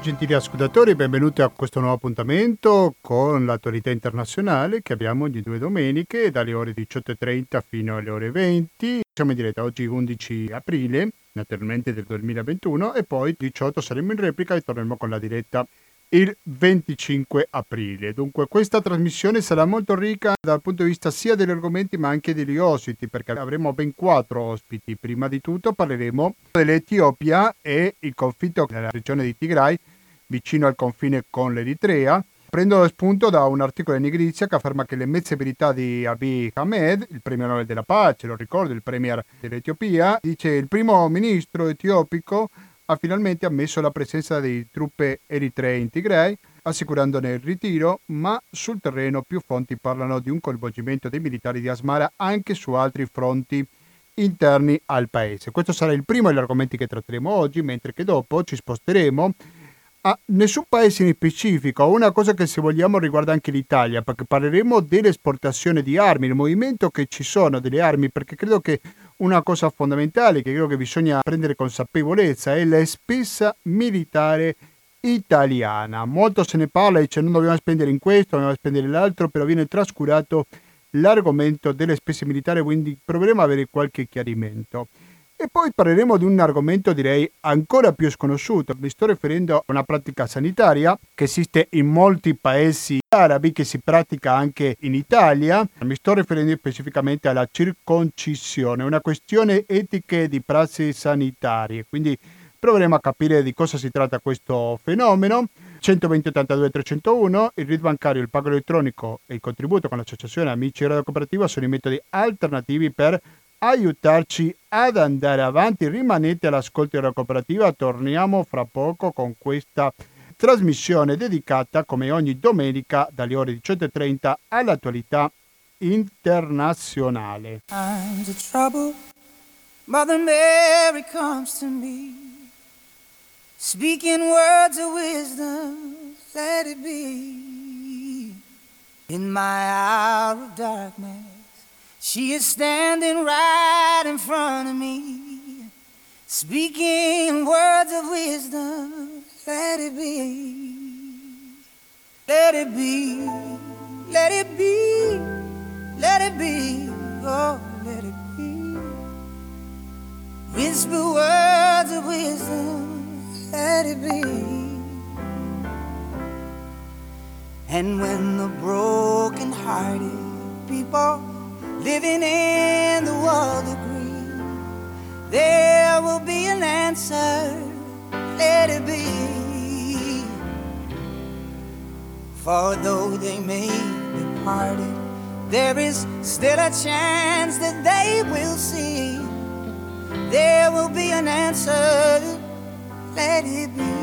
Gentili ascoltatori, benvenuti a questo nuovo appuntamento con l'attualità internazionale che abbiamo ogni due domeniche dalle ore 18:30 fino alle ore 20. Siamo in diretta oggi 11 aprile, naturalmente del 2021, e poi 18 saremo in replica e torneremo con la diretta il 25 aprile. Dunque questa trasmissione sarà molto ricca dal punto di vista sia degli argomenti ma anche degli ospiti, perché avremo ben 4 ospiti. Prima di tutto parleremo dell'Etiopia e il conflitto nella regione di Tigray, vicino al confine con l'Eritrea. Prendo spunto da un articolo in Nigrizia che afferma che le mezze verità di Abiy Ahmed, il premio Nobel della pace, lo ricordo, il premier dell'Etiopia, dice: il primo ministro etiopico ha finalmente ammesso la presenza di truppe eritree in Tigray, assicurandone il ritiro, ma sul terreno più fonti parlano di un coinvolgimento dei militari di Asmara anche su altri fronti interni al paese. Questo sarà il primo degli argomenti che tratteremo oggi, mentre che dopo ci sposteremo a nessun paese in specifico, una cosa che se vogliamo riguarda anche l'Italia, perché parleremo dell'esportazione di armi, il movimento che ci sono delle armi, perché credo che una cosa fondamentale che credo che bisogna prendere consapevolezza è la spesa militare italiana. Molto se ne parla, dice non dobbiamo spendere in questo, dobbiamo spendere l'altro, però viene trascurato l'argomento delle spese militari, quindi proveremo ad avere qualche chiarimento. E poi parleremo di un argomento direi ancora più sconosciuto. Mi sto riferendo a una pratica sanitaria che esiste in molti paesi arabi, che si pratica anche in Italia. Mi sto riferendo specificamente alla circoncisione, una questione etica e di prassi sanitarie. Quindi proveremo a capire di cosa si tratta questo fenomeno. 120 82 301, il RID bancario, il pago elettronico e il contributo con l'associazione Amici Radio Cooperativa sono i metodi alternativi per aiutarci ad andare avanti. Rimanete all'ascolto della cooperativa, torniamo fra poco con questa trasmissione dedicata come ogni domenica dalle ore 18:30 all'attualità internazionale. Times of trouble, Mother Mary comes to me, speaking words of wisdom, let it be. In my hour of darkness, she is standing right in front of me, speaking words of wisdom, let it be. Let it be, let it be, let it be, oh, let it be. Whisper words of wisdom, let it be. And when the broken-hearted people living in the world agree, there will be an answer, let it be. For though they may be parted, there is still a chance that they will see. There will be an answer, let it be.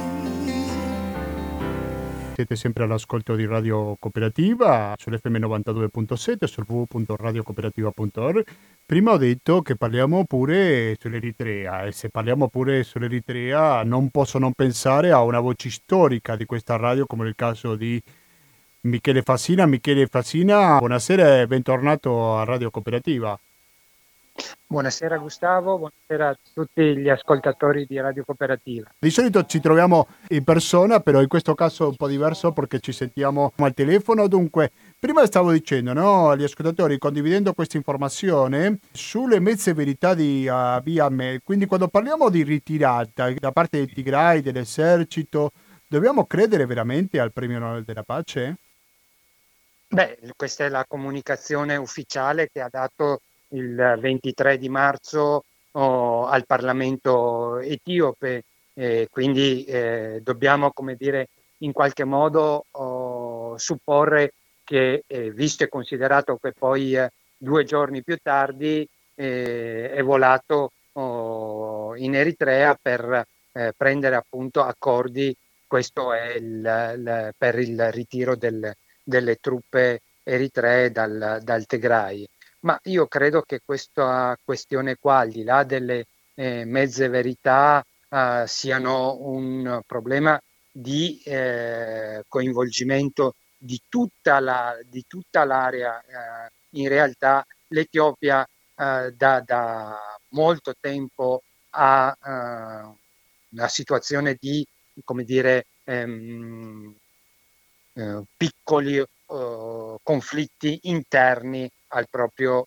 Siete sempre all'ascolto di Radio Cooperativa sull'FM 92.7 sul www.radiocooperativa.org. Prima ho detto che parliamo pure sull'Eritrea, e se parliamo pure sull'Eritrea non posso non pensare a una voce storica di questa radio come nel caso di Michele Fassina. Michele Fassina, buonasera e bentornato a Radio Cooperativa. Buonasera Gustavo, buonasera a tutti gli ascoltatori di Radio Cooperativa. Di solito ci troviamo in persona, però in questo caso è un po' diverso perché ci sentiamo al telefono. Dunque, prima stavo dicendo, no, agli ascoltatori, condividendo questa informazione sulle mezze verità di Abiy Ahmed, quindi quando parliamo di ritirata da parte del Tigray, dell'esercito, dobbiamo credere veramente al premio Nobel della pace? Beh, questa è la comunicazione ufficiale che ha dato il 23 di marzo al Parlamento etiope, quindi dobbiamo, come dire, in qualche modo supporre che, visto e considerato che poi 2 giorni più tardi è volato in Eritrea per prendere appunto accordi, questo è per il ritiro delle truppe eritree dal Tigray. Ma io credo che questa questione qua, al di là delle mezze verità, siano un problema di coinvolgimento di tutta l'area. In realtà l'Etiopia da molto tempo ha una situazione di, come dire, piccoli conflitti interni al proprio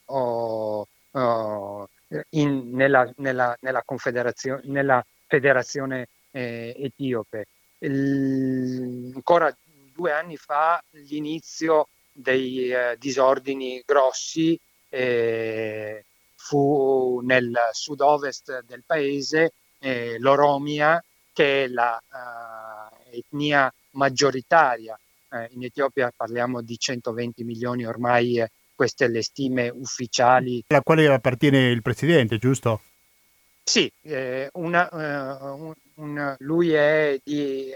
nella confederazione, nella federazione etiope. Ancora 2 anni fa l'inizio dei disordini grossi fu nel sud-ovest del paese, l'Oromia, che è la etnia maggioritaria. In Etiopia parliamo di 120 milioni ormai, queste le stime ufficiali. alla quale appartiene il presidente, giusto? Sì, lui è di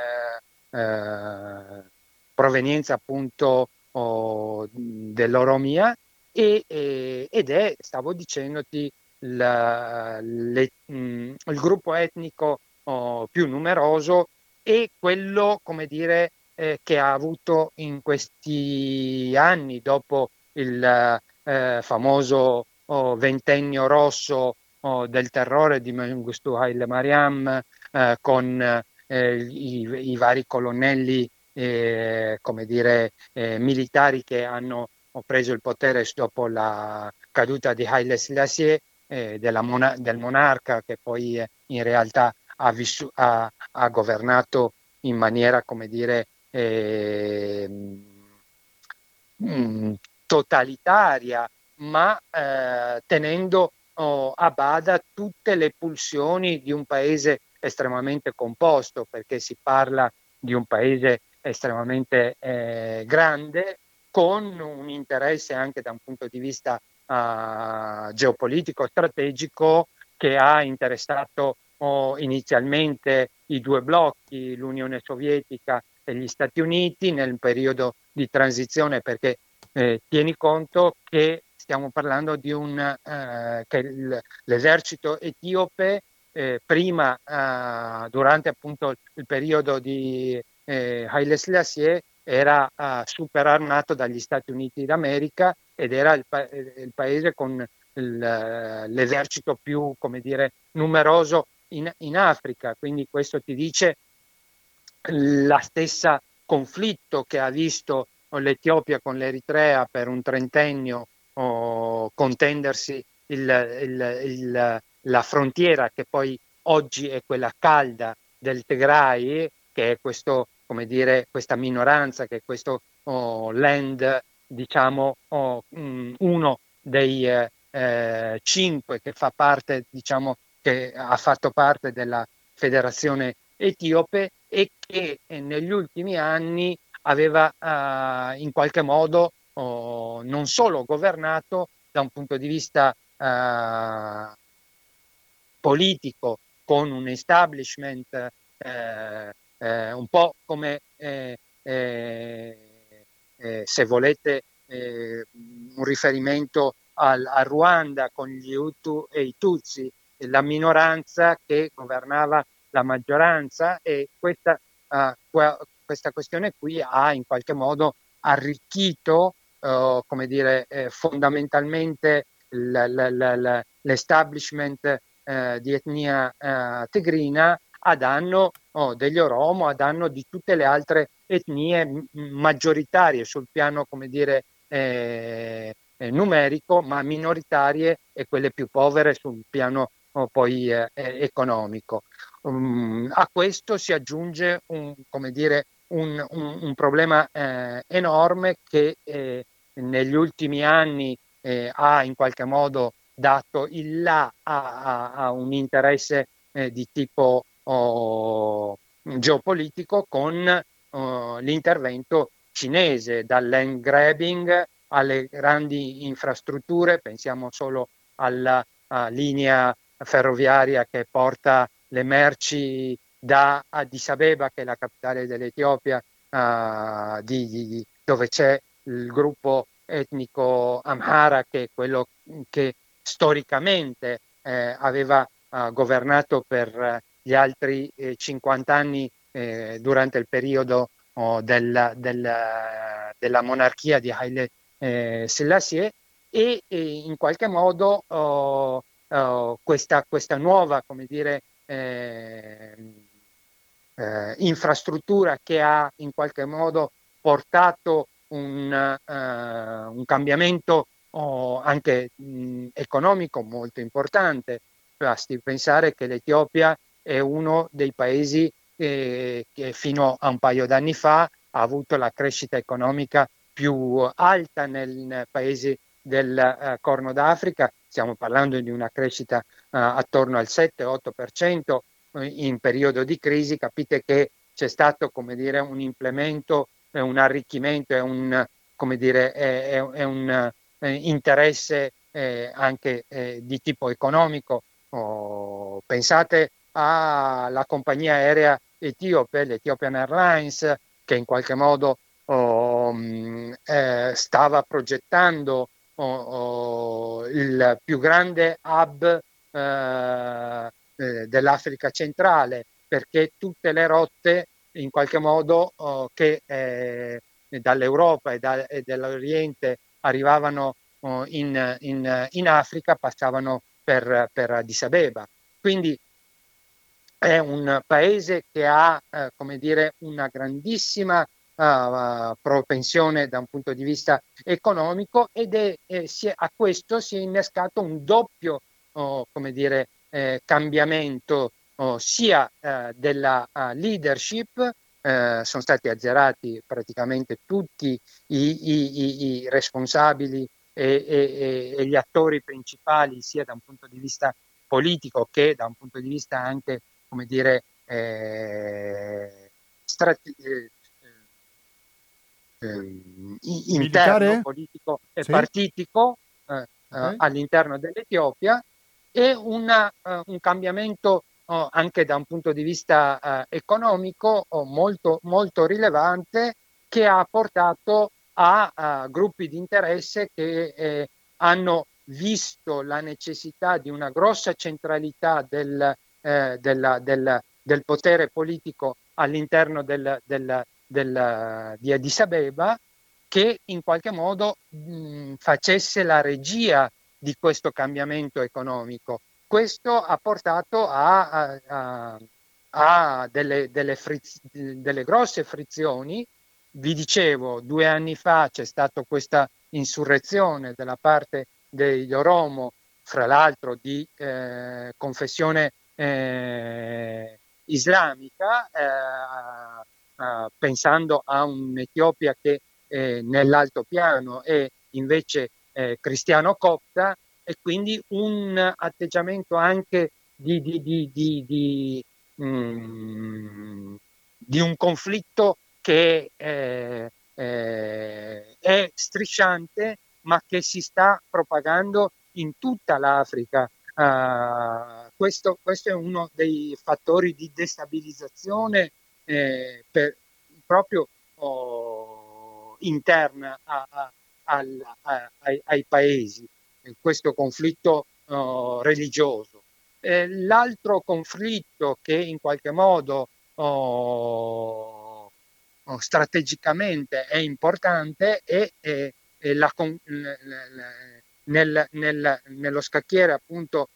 provenienza appunto dell'Oromia ed è, stavo dicendoti, il gruppo etnico più numeroso e quello, come dire, che ha avuto in questi anni, dopo il famoso ventennio rosso del terrore di Mengistu Haile Mariam, con i vari colonnelli, come dire, militari che hanno preso il potere dopo la caduta di Haile Selassie, del monarca, che poi in realtà ha governato in maniera, come dire, totalitaria, ma tenendo a bada tutte le pulsioni di un paese estremamente composto, perché si parla di un paese estremamente grande, con un interesse anche da un punto di vista geopolitico strategico, che ha interessato inizialmente i due blocchi, l'Unione Sovietica e gli Stati Uniti, nel periodo di transizione, perché tieni conto che stiamo parlando di che l'esercito etiope prima, durante appunto il periodo di Haile Selassie, era super armato dagli Stati Uniti d'America ed era il paese con l'esercito più, come dire, numeroso in Africa. Quindi questo ti dice la stessa conflitto che ha visto l'Etiopia con l'Eritrea per un trentennio contendersi la frontiera, che poi oggi è quella calda del Tigray, che è questo, come dire, questa minoranza, che è questo land, diciamo, uno dei 5 che fa parte, diciamo, che ha fatto parte della federazione etiope e che negli ultimi anni aveva in qualche modo non solo governato da un punto di vista politico, con un establishment un po' come se volete un riferimento al Ruanda, con gli Hutu e i Tutsi, la minoranza che governava la maggioranza, e questa questione qui ha in qualche modo arricchito, come dire, fondamentalmente l'establishment di etnia tigrina, a danno degli Oromo, a danno di tutte le altre etnie maggioritarie sul piano, come dire, numerico, ma minoritarie, e quelle più povere sul piano poi economico. A questo si aggiunge come dire, un problema enorme che negli ultimi anni ha in qualche modo dato il là a un interesse di tipo geopolitico, con l'intervento cinese, dal land grabbing alle grandi infrastrutture. Pensiamo solo alla linea ferroviaria che porta le merci da Addis Abeba, che è la capitale dell'Etiopia, dove c'è il gruppo etnico Amhara, che è quello che storicamente aveva governato per gli altri 50 anni durante il periodo della monarchia di Haile Selassie, e in qualche modo questa nuova, come dire, infrastruttura che ha in qualche modo portato un cambiamento anche economico molto importante. Basti pensare che l'Etiopia è uno dei paesi che fino a un paio d'anni fa ha avuto la crescita economica più alta nel paese del Corno d'Africa. Stiamo parlando di una crescita attorno al 7-8% in periodo di crisi. Capite che c'è stato, come dire, un implemento, un arricchimento, come dire, è un interesse anche di tipo economico. Pensate alla compagnia aerea etiope, l'Ethiopian Airlines, che in qualche modo stava progettando il più grande hub dell'Africa centrale, perché tutte le rotte in qualche modo che dall'Europa e dall'Oriente arrivavano in Africa passavano per Addis Abeba. Quindi è un paese che ha, come dire, una grandissima propensione da un punto di vista economico ed a questo si è innescato un doppio, come dire, cambiamento sia della leadership. Sono stati azzerati praticamente tutti i responsabili e gli attori principali, sia da un punto di vista politico che da un punto di vista anche, come dire, interno, politico e sì? partitico Okay. all'interno dell'Etiopia, e un cambiamento anche da un punto di vista economico molto, molto rilevante, che ha portato a gruppi di interesse che hanno visto la necessità di una grossa centralità del potere politico all'interno di Addis Abeba, che in qualche modo facesse la regia di questo cambiamento economico. Questo ha portato a delle grosse frizioni. Vi dicevo, 2 anni fa c'è stata questa insurrezione della parte degli Oromo, fra l'altro di confessione islamica, pensando a un'Etiopia che nell'altopiano è invece cristiano copta, e quindi un atteggiamento anche di un conflitto che è strisciante, ma che si sta propagando in tutta l'Africa. Questo è uno dei fattori di destabilizzazione proprio interna ai paesi, questo conflitto religioso. L'altro conflitto che in qualche modo strategicamente è importante è nello scacchiere appunto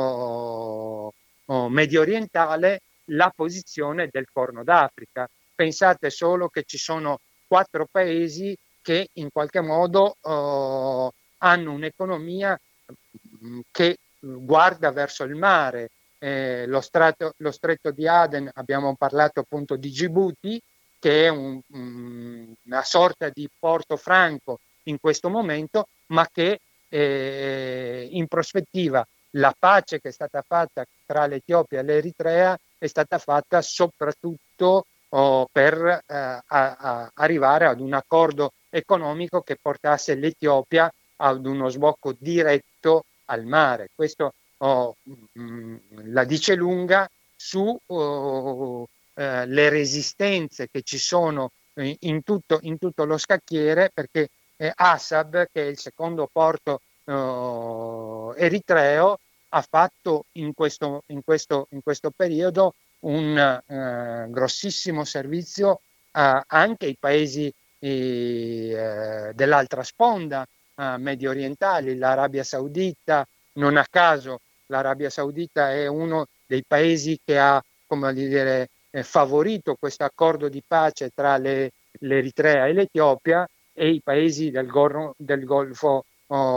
medio orientale, la posizione del Corno d'Africa. Pensate solo che ci sono 4 paesi che in qualche modo hanno un'economia che guarda verso il mare. Lo stretto di Aden, abbiamo parlato appunto di Djibouti, che è una sorta di porto franco in questo momento, ma che in prospettiva la pace che è stata fatta tra l'Etiopia e l'Eritrea è stata fatta soprattutto per arrivare ad un accordo economico che portasse l'Etiopia ad uno sbocco diretto al mare. Questo la dice lunga su le resistenze che ci sono in tutto lo scacchiere, perché Assab, che è il secondo porto eritreo, ha fatto in questo periodo un grossissimo servizio anche ai paesi dell'altra sponda medio orientali, l'Arabia Saudita. Non a caso l'Arabia Saudita è uno dei paesi che ha, come dire, favorito questo accordo di pace tra l'Eritrea e l'Etiopia e i paesi del Golfo,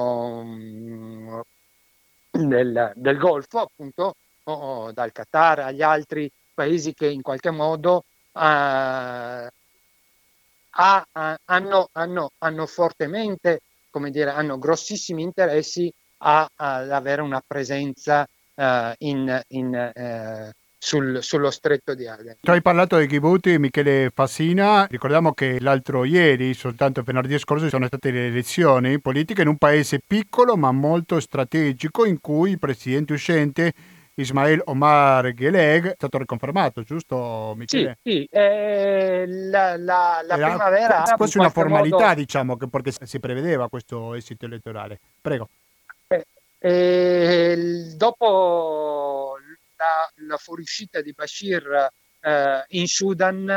del Golfo, appunto, dal Qatar agli altri paesi che in qualche modo hanno fortemente, come dire, hanno grossissimi interessi ad avere una presenza sullo stretto di Aden. Tu hai parlato di Djibouti, Michele Fassina. Ricordiamo che l'altro ieri, soltanto venerdì scorso, sono state le elezioni politiche in un paese piccolo ma molto strategico in cui il presidente uscente Ismail Omar Guelleh è stato riconfermato, giusto Michele? Sì, la Era primavera araba in quasi una qualche formalità, modo, diciamo, perché si prevedeva questo esito elettorale. Prego. dopo la fuoriuscita di Bashir in Sudan,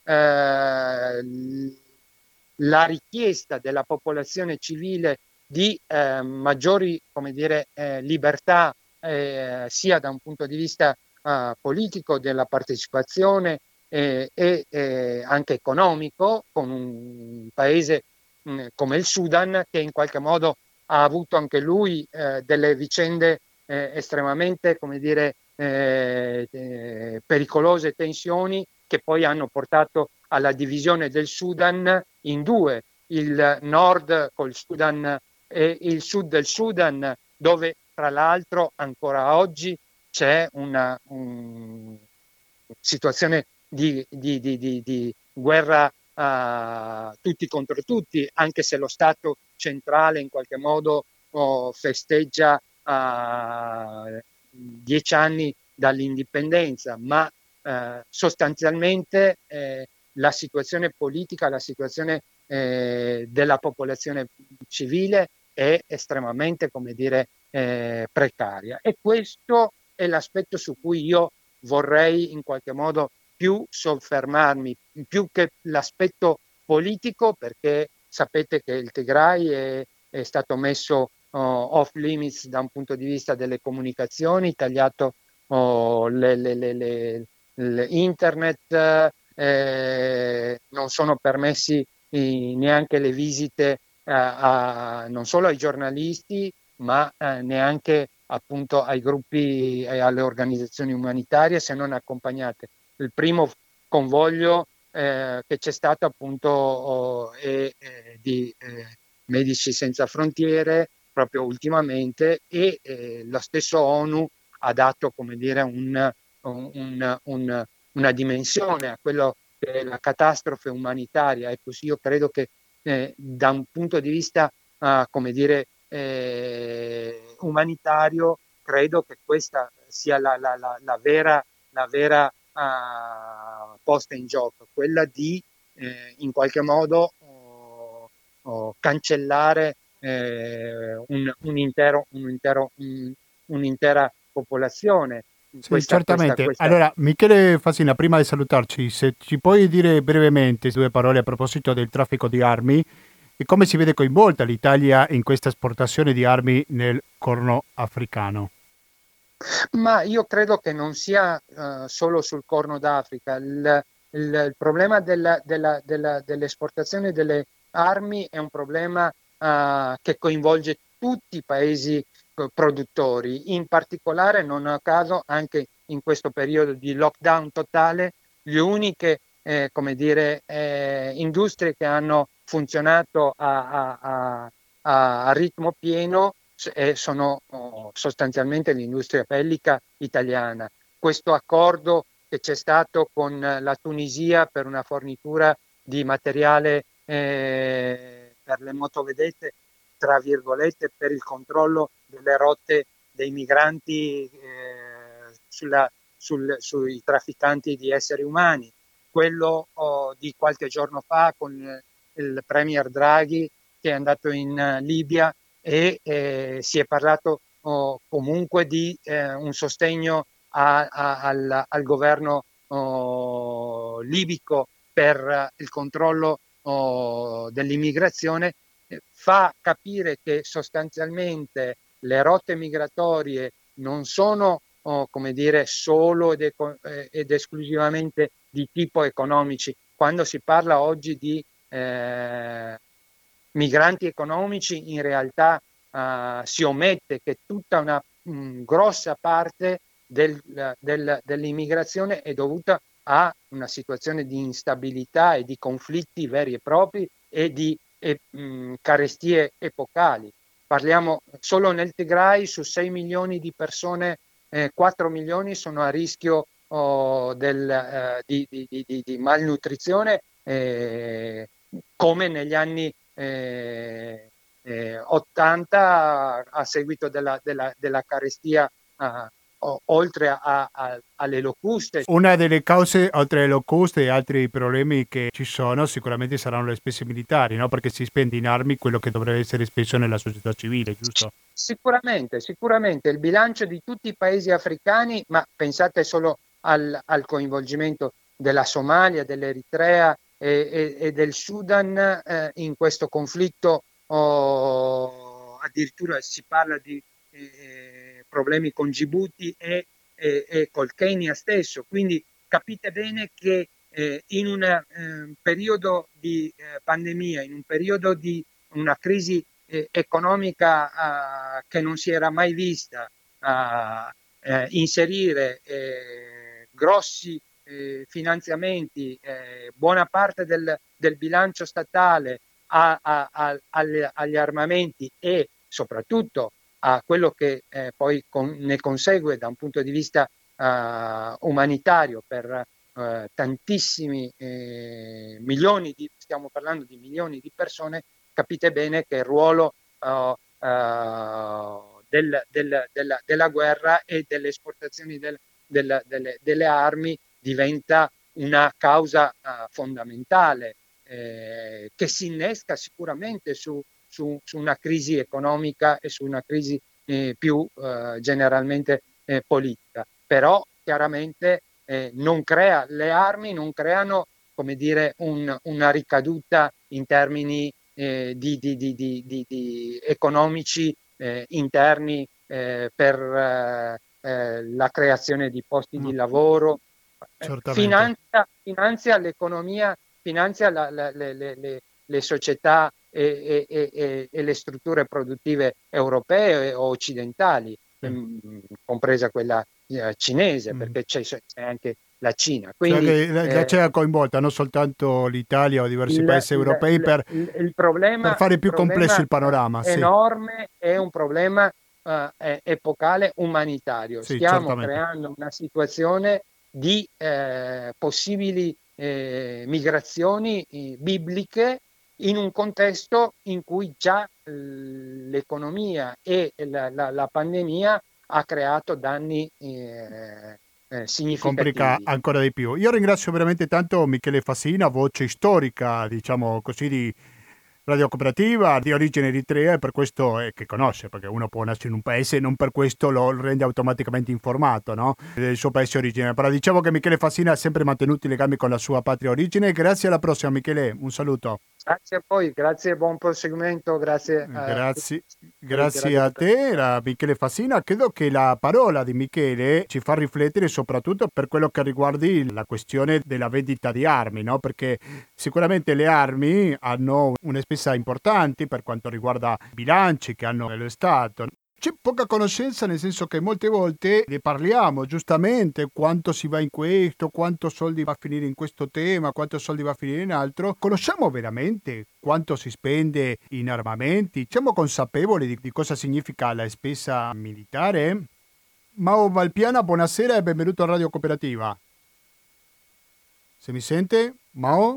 la richiesta della popolazione civile di maggiori, come dire, libertà, sia da un punto di vista politico, della partecipazione e anche economico, con un paese come il Sudan, che in qualche modo ha avuto anche lui delle vicende estremamente, come dire, pericolose tensioni che poi hanno portato alla divisione del Sudan in due, il nord col Sudan e il sud del Sudan, dove tra l'altro ancora oggi c'è una situazione di guerra tutti contro tutti, anche se lo Stato centrale in qualche modo festeggia 10 anni dall'indipendenza, ma sostanzialmente la situazione politica, la situazione della popolazione civile è estremamente, come dire, precaria. E questo è l'aspetto su cui io vorrei in qualche modo più soffermarmi, più che l'aspetto politico, perché sapete che il Tigray è stato messo off limits da un punto di vista delle comunicazioni, tagliato internet, non sono permessi neanche le visite non solo ai giornalisti, ma neanche appunto ai gruppi e alle organizzazioni umanitarie, se non accompagnate. Il primo convoglio che c'è stato appunto di Medici Senza Frontiere proprio ultimamente, e lo stesso ONU ha dato, come dire, una dimensione a quello che è la catastrofe umanitaria. E così io credo che da un punto di vista, come dire, umanitario, credo che questa sia la vera posta in gioco, quella di in qualche modo cancellare un'intera popolazione. Sì, certamente. Questa Allora, Michele Fasina, prima di salutarci, se ci puoi dire brevemente due parole a proposito del traffico di armi e come si vede coinvolta l'Italia in questa esportazione di armi nel Corno africano. Ma io credo che non sia solo sul Corno d'Africa. Il problema dell'esportazione delle armi è un problema che coinvolge tutti i paesi produttori, in particolare, non a caso, anche in questo periodo di lockdown totale, le uniche come dire, industrie che hanno funzionato a ritmo pieno sono sostanzialmente l'industria bellica italiana. Questo accordo che c'è stato con la Tunisia per una fornitura di materiale per le motovedette, tra virgolette, per il controllo delle rotte dei migranti sui trafficanti di esseri umani, quello di qualche giorno fa con il Premier Draghi che è andato in Libia e si è parlato comunque di un sostegno al governo libico per il controllo dell'immigrazione, fa capire che sostanzialmente le rotte migratorie non sono come dire, solo ed esclusivamente di tipo economici. Quando si parla oggi di migranti economici, in realtà si omette che tutta una grossa parte dell'immigrazione è dovuta a una situazione di instabilità e di conflitti veri e propri e di carestie epocali. Parliamo solo nel Tigray, su 6 milioni di persone, 4 milioni sono a rischio di malnutrizione, come negli anni 80 a seguito della carestia, oltre alle locuste. Una delle cause, oltre alle locuste e altri problemi che ci sono, sicuramente saranno le spese militari, no? Perché si spende in armi quello che dovrebbe essere speso nella società civile, giusto? Sicuramente il bilancio di tutti i paesi africani, ma pensate solo al coinvolgimento della Somalia, dell'Eritrea e del Sudan in questo conflitto, addirittura si parla di problemi con Djibouti e col Kenya stesso. Quindi capite bene che in un periodo di pandemia, in un periodo di una crisi economica che non si era mai vista, inserire grossi finanziamenti, buona parte del bilancio statale agli armamenti e soprattutto a quello che poi ne consegue da un punto di vista umanitario per tantissimi milioni stiamo parlando di milioni di persone. Capite bene che il ruolo della guerra e delle esportazioni delle armi diventa una causa fondamentale che si innesca sicuramente su una crisi economica e su una crisi più generalmente politica. Però chiaramente le armi non creano, come dire, una ricaduta in termini di economici interni per la creazione di posti di lavoro, finanzia l'economia, finanzia le società e le strutture produttive europee o occidentali, compresa quella cinese, perché c'è anche la Cina. Quindi, cioè che la coinvolta non soltanto l'Italia o diversi paesi europei per fare più complesso il panorama. Enorme, è un problema epocale umanitario. Sì, stiamo certamente creando una situazione di possibili migrazioni bibliche in un contesto in cui già l'economia e la pandemia ha creato danni significativi. Complica ancora di più. Io ringrazio veramente tanto Michele Fassina, voce storica, diciamo così, di Radio Cooperativa, di origine eritrea, e per questo che conosce, perché uno può nascere in un paese e non per questo lo rende automaticamente informato, no? Del suo paese origine. Però diciamo che Michele Fassina ha sempre mantenuto i legami con la sua patria origine. Grazie, alla prossima Michele, un saluto. Grazie a voi, grazie, buon proseguimento, grazie a te, era Michele Fassina. Credo che la parola di Michele ci fa riflettere soprattutto per quello che riguarda la questione della vendita di armi, no? Perché sicuramente le armi hanno una spesa importante per quanto riguarda i bilanci che hanno lo Stato. C'è poca conoscenza, nel senso che molte volte ne parliamo giustamente, quanto si va in questo, quanto soldi va a finire in questo tema, quanto soldi va a finire in altro. Conosciamo veramente quanto si spende in armamenti? Siamo consapevoli di cosa significa la spesa militare? Mao Malpiana, buonasera e benvenuto a Radio Cooperativa. Se mi sente, Mao?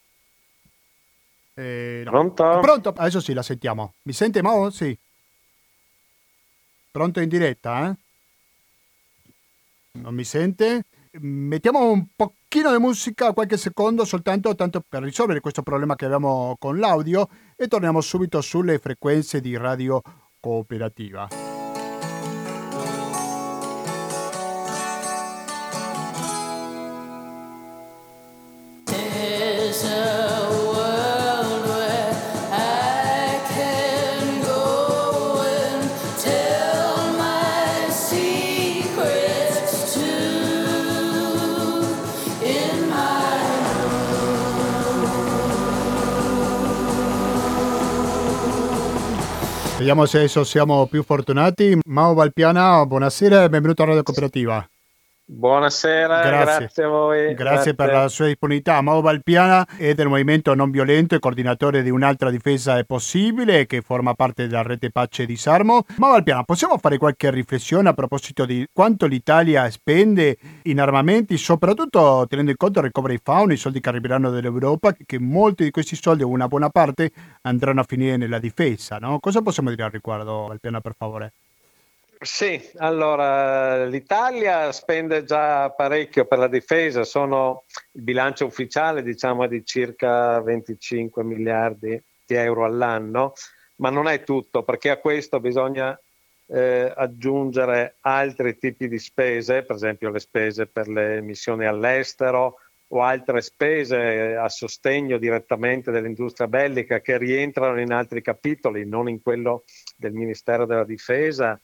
No. Pronto? Adesso sì, la sentiamo. Mi sente Mao? Sì. Pronto in diretta, eh? Non mi sente? Mettiamo un pochino di musica, qualche secondo soltanto, tanto per risolvere questo problema che abbiamo con l'audio, e torniamo subito sulle frequenze di Radio Cooperativa. Secret Vediamo se adesso siamo più fortunati. Mao Valpiana, buonasera e benvenuto a Radio Cooperativa. Buonasera, Grazie. grazie a voi. Grazie per la sua disponibilità. Mao Valpiana è del Movimento Non Violento e coordinatore di Un'altra Difesa è Possibile, che forma parte della rete Pace di Sarmo. Mao Valpiana, possiamo fare qualche riflessione a proposito di quanto l'Italia spende in armamenti, soprattutto tenendo in conto il Recovery Fund, i soldi che arriveranno dall'Europa, che molti di questi soldi, o una buona parte, andranno a finire nella difesa, no? Cosa possiamo dire al riguardo, Valpiana, per favore? Sì, allora l'Italia spende già parecchio per la difesa, il bilancio ufficiale diciamo è di circa 25 miliardi di euro all'anno, ma non è tutto, perché a questo bisogna aggiungere altri tipi di spese, per esempio le spese per le missioni all'estero o altre spese a sostegno direttamente dell'industria bellica che rientrano in altri capitoli, non in quello del Ministero della Difesa,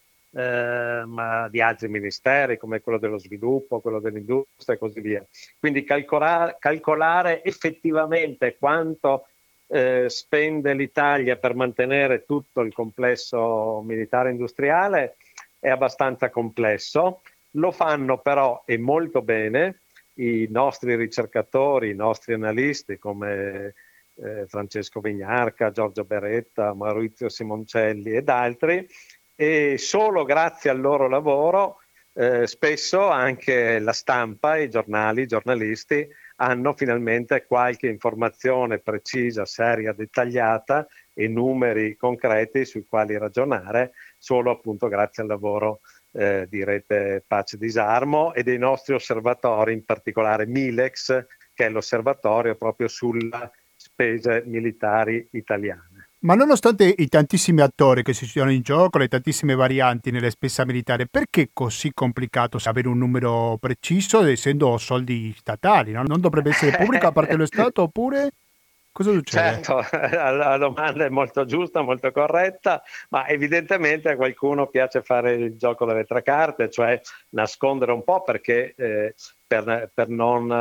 ma di altri ministeri come quello dello sviluppo, quello dell'industria e così via. Quindi calcolare effettivamente quanto spende l'Italia per mantenere tutto il complesso militare industriale è abbastanza complesso. Lo fanno però e molto bene i nostri ricercatori, i nostri analisti come Francesco Vignarca, Giorgio Beretta, Maurizio Simoncelli ed altri, e solo grazie al loro lavoro spesso anche la stampa, i giornali, i giornalisti hanno finalmente qualche informazione precisa, seria, dettagliata e numeri concreti sui quali ragionare, solo appunto grazie al lavoro di Rete Pace Disarmo e dei nostri osservatori, in particolare Milex, che è l'osservatorio proprio sulle spese militari italiane. Ma nonostante i tantissimi attori che si sono in gioco, le tantissime varianti nelle spese militari, perché è così complicato avere un numero preciso, essendo soldi statali? No? Non dovrebbe essere pubblico a parte lo Stato, oppure cosa succede? Certo, la domanda è molto giusta, molto corretta, ma evidentemente a qualcuno piace fare il gioco delle tre carte, cioè nascondere un po' perché per non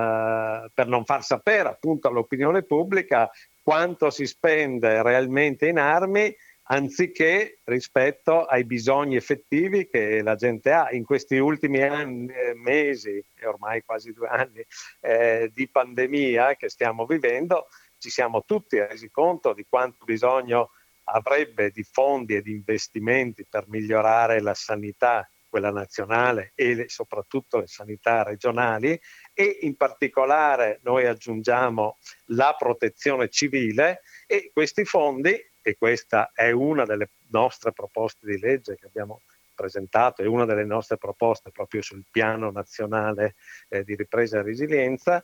far sapere appunto all'opinione pubblica quanto si spende realmente in armi anziché rispetto ai bisogni effettivi che la gente ha. In questi ultimi mesi, e ormai quasi 2 anni di pandemia che stiamo vivendo, ci siamo tutti resi conto di quanto bisogno avrebbe di fondi e di investimenti per migliorare la sanità, quella nazionale e soprattutto le sanità regionali, e in particolare noi aggiungiamo la protezione civile, e questi fondi, e questa è una delle nostre proposte di legge che abbiamo presentato, è una delle nostre proposte proprio sul piano nazionale di ripresa e resilienza,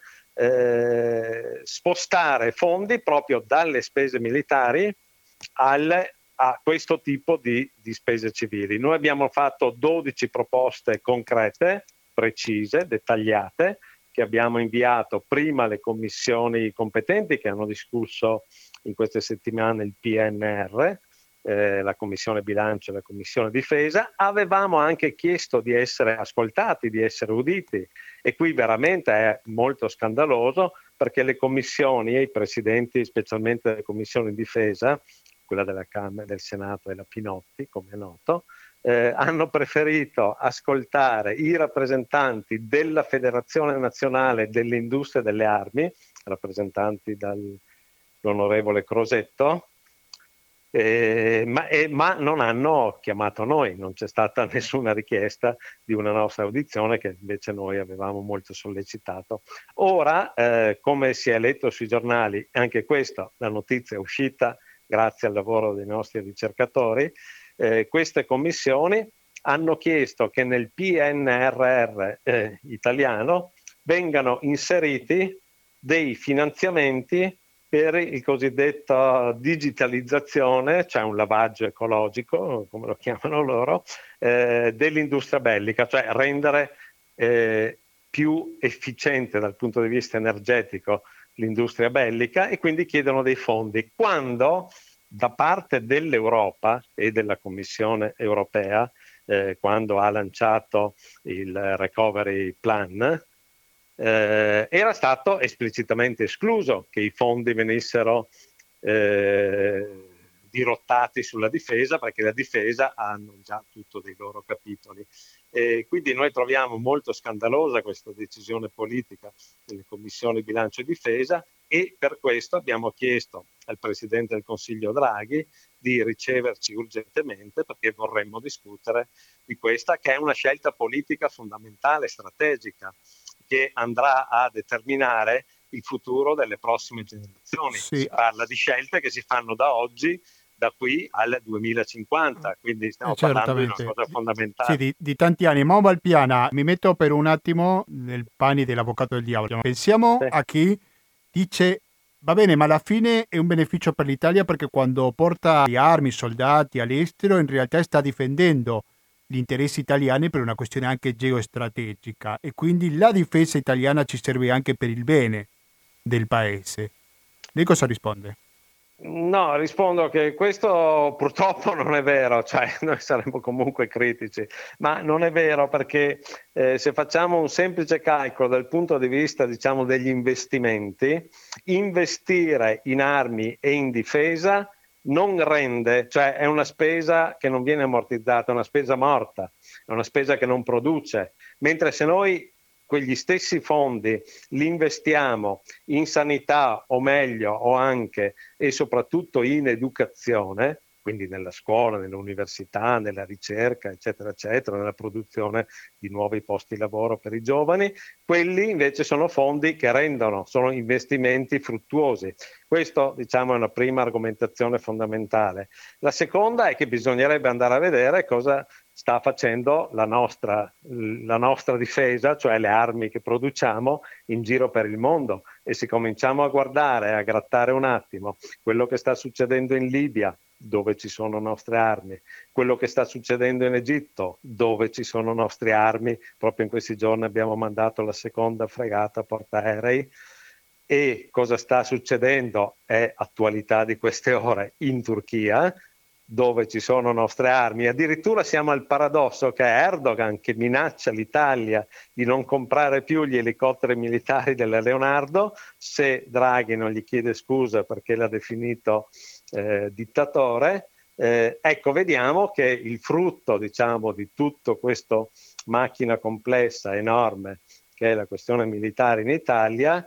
spostare fondi proprio dalle spese militari a questo tipo di spese civili. Noi abbiamo fatto 12 proposte concrete, precise, dettagliate, che abbiamo inviato prima alle commissioni competenti che hanno discusso in queste settimane il PNR, la Commissione Bilancio e la Commissione Difesa. Avevamo anche chiesto di essere ascoltati, di essere uditi, e qui veramente è molto scandaloso perché le commissioni e i presidenti, specialmente delle commissioni Difesa, quella della Camera, del Senato e la Pinotti, come è noto, hanno preferito ascoltare i rappresentanti della Federazione Nazionale delle Industrie delle Armi, rappresentanti dall'onorevole Crosetto, ma non hanno chiamato noi, non c'è stata nessuna richiesta di una nostra audizione che invece noi avevamo molto sollecitato. Ora, come si è letto sui giornali, anche questa la notizia è uscita grazie al lavoro dei nostri ricercatori, queste commissioni hanno chiesto che nel PNRR italiano vengano inseriti dei finanziamenti per il cosiddetto digitalizzazione, cioè un lavaggio ecologico, come lo chiamano loro, dell'industria bellica, cioè rendere più efficiente dal punto di vista energetico l'industria bellica, e quindi chiedono dei fondi. Quando da parte dell'Europa e della Commissione europea, quando ha lanciato il Recovery Plan, era stato esplicitamente escluso che i fondi venissero dirottati sulla difesa, perché la difesa hanno già tutto dei loro capitoli. E quindi noi troviamo molto scandalosa questa decisione politica delle commissioni bilancio e difesa, e per questo abbiamo chiesto al Presidente del Consiglio Draghi di riceverci urgentemente, perché vorremmo discutere di questa, che è una scelta politica fondamentale, strategica, che andrà a determinare il futuro delle prossime generazioni. Sì, Si parla di scelte che si fanno da oggi, da qui al 2050, quindi stiamo parlando di una certamente. cosa Sì, fondamentale. di tanti anni. Mo Valpiana, mi metto per un attimo nel panni dell'avvocato del diavolo. Pensiamo Sì. a chi dice, va bene, ma alla fine è un beneficio per l'Italia perché quando porta le armi, soldati all'estero, in realtà sta difendendo gli interessi italiani per una questione anche geostrategica e quindi la difesa italiana ci serve anche per il bene del paese. Lei cosa risponde? No, rispondo che questo purtroppo non è vero, cioè noi saremmo comunque critici, ma non è vero perché se facciamo un semplice calcolo dal punto di vista, diciamo, degli investimenti, investire in armi e in difesa non rende, cioè è una spesa che non viene ammortizzata, è una spesa morta, è una spesa che non produce, mentre se noi quegli stessi fondi li investiamo in sanità o meglio o anche e soprattutto in educazione, quindi nella scuola, nell'università, nella ricerca, eccetera, eccetera, nella produzione di nuovi posti di lavoro per i giovani, quelli invece sono fondi che rendono, sono investimenti fruttuosi. Questo, diciamo, è una prima argomentazione fondamentale. La seconda è che bisognerebbe andare a vedere cosa sta facendo la nostra difesa, cioè le armi che produciamo in giro per il mondo, e se cominciamo a guardare, a grattare un attimo quello che sta succedendo in Libia, dove ci sono nostre armi, quello che sta succedendo in Egitto, dove ci sono nostre armi, proprio in questi giorni abbiamo mandato la seconda fregata portaerei, e cosa sta succedendo è attualità di queste ore in Turchia, dove ci sono nostre armi. Addirittura siamo al paradosso che è Erdogan che minaccia l'Italia di non comprare più gli elicotteri militari della Leonardo se Draghi non gli chiede scusa perché l'ha definito dittatore. Ecco, vediamo che il frutto, diciamo, di tutto questo macchina complessa, enorme, che è la questione militare in Italia,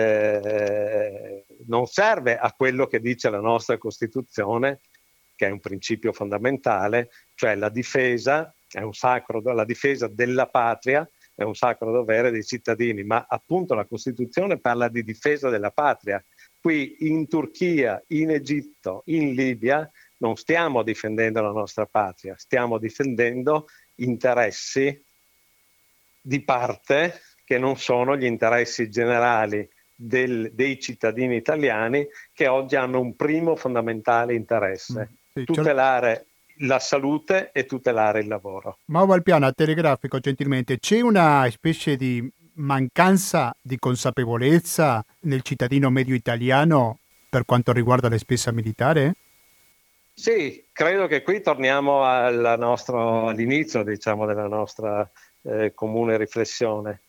non serve a quello che dice la nostra Costituzione, che è un principio fondamentale, cioè la difesa è un sacro, la difesa della patria è un sacro dovere dei cittadini, ma appunto la Costituzione parla di difesa della patria. Qui in Turchia, in Egitto, in Libia non stiamo difendendo la nostra patria, stiamo difendendo interessi di parte che non sono gli interessi generali dei cittadini italiani, che oggi hanno un primo fondamentale interesse: Sì, tutelare la salute e tutelare il lavoro. Ma Valpiana, telegrafico gentilmente, c'è una specie di mancanza di consapevolezza nel cittadino medio italiano per quanto riguarda la spesa militare? Sì, credo che qui torniamo all'inizio, diciamo, della nostra comune riflessione.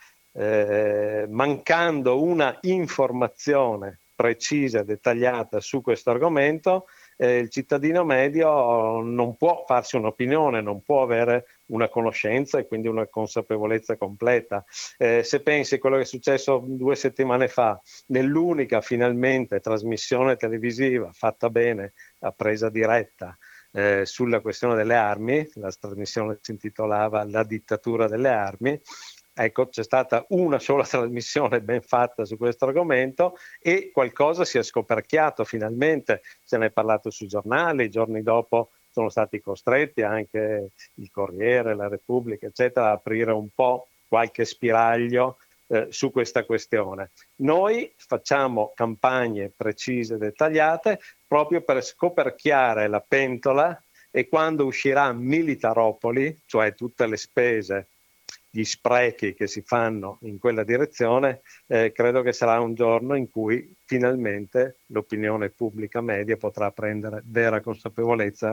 Mancando una informazione precisa e dettagliata su questo argomento, il cittadino medio non può farsi un'opinione, non può avere una conoscenza e quindi una consapevolezza completa. Se pensi a quello che è successo 2 settimane fa, nell'unica finalmente trasmissione televisiva fatta bene a presa diretta sulla questione delle armi, la trasmissione si intitolava La dittatura delle armi. Ecco, c'è stata una sola trasmissione ben fatta su questo argomento e qualcosa si è scoperchiato finalmente, se ne è parlato sui giornali, i giorni dopo sono stati costretti anche il Corriere, la Repubblica, eccetera, a aprire un po' qualche spiraglio su questa questione. Noi facciamo campagne precise e dettagliate proprio per scoperchiare la pentola, e quando uscirà Militaropoli, cioè tutte le spese, gli sprechi che si fanno in quella direzione, credo che sarà un giorno in cui finalmente l'opinione pubblica media potrà prendere vera consapevolezza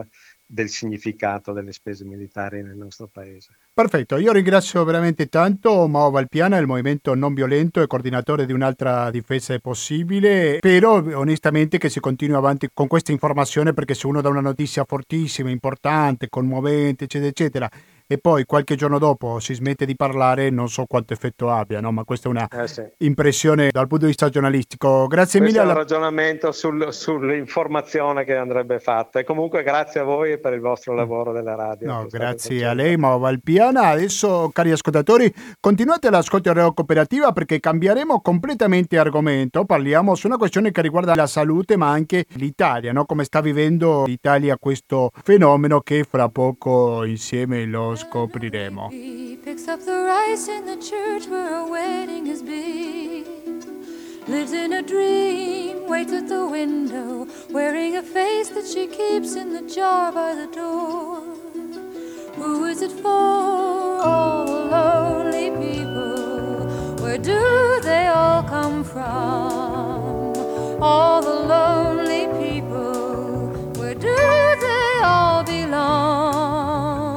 del significato delle spese militari nel nostro paese. Perfetto, io ringrazio veramente tanto Mao Valpiana, il Movimento Non Violento e coordinatore di Un'altra difesa è possibile. Spero onestamente che si continui avanti con questa informazione, perché se uno dà una notizia fortissima, importante, commovente, eccetera, eccetera, e poi qualche giorno dopo si smette di parlare, non so quanto effetto abbia, no? Ma questa è una Sì. impressione dal punto di vista giornalistico. Grazie Questo mille. è un ragionamento sull'informazione che andrebbe fatta, e comunque grazie a voi per il vostro lavoro della radio. No, che state grazie a facendo. lei, Mao Valpiana. Adesso, cari ascoltatori, continuate all'ascolto di Radio Cooperativa, perché cambieremo completamente argomento. Parliamo su una questione che riguarda la salute, ma anche l'Italia, no? Come sta vivendo l'Italia questo fenomeno, che fra poco insieme lo scopriremo. Picks up the rice in the church where a wedding has been. Lives in a dream, waits at the window, wearing a face that she keeps in the jar by the door. Who is it for? All the lonely people. Where do they all come from? All the lonely people. Where do they all belong?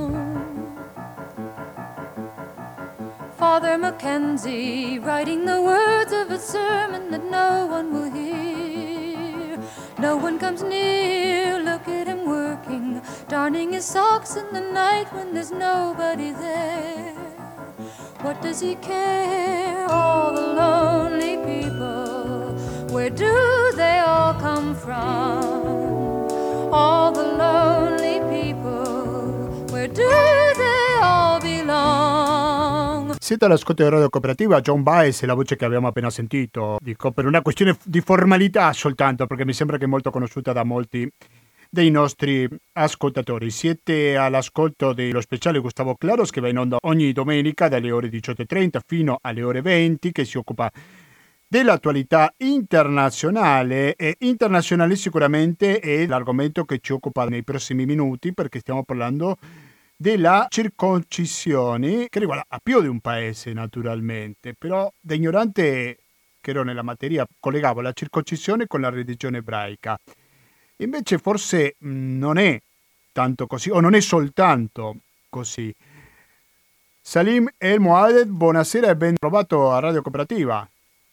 Father Mackenzie, writing the words of a sermon that no one will hear. No one comes near, look at him working, darning his socks in the night when there's nobody there. What does he care? All the lonely people, where do they all come from? All the lonely people, where do they all belong? Siete all'ascolto di Radio Cooperativa. John Baez è la voce che abbiamo appena sentito. Dico per una questione di formalità soltanto, perché mi sembra che è molto conosciuta da molti dei nostri ascoltatori. Siete all'ascolto dello speciale Gustavo Claros, che va in onda ogni domenica dalle ore 18:30 fino alle ore 20, che si occupa dell'attualità internazionale. E internazionale sicuramente è l'argomento che ci occupa nei prossimi minuti, perché stiamo parlando della circoncisione, che riguarda a più di un paese naturalmente, però da ignorante che ero nella materia collegavo la circoncisione con la religione ebraica. Invece forse non è tanto così, o non è soltanto così. Salim El Moaded, buonasera e ben trovato a Radio Cooperativa.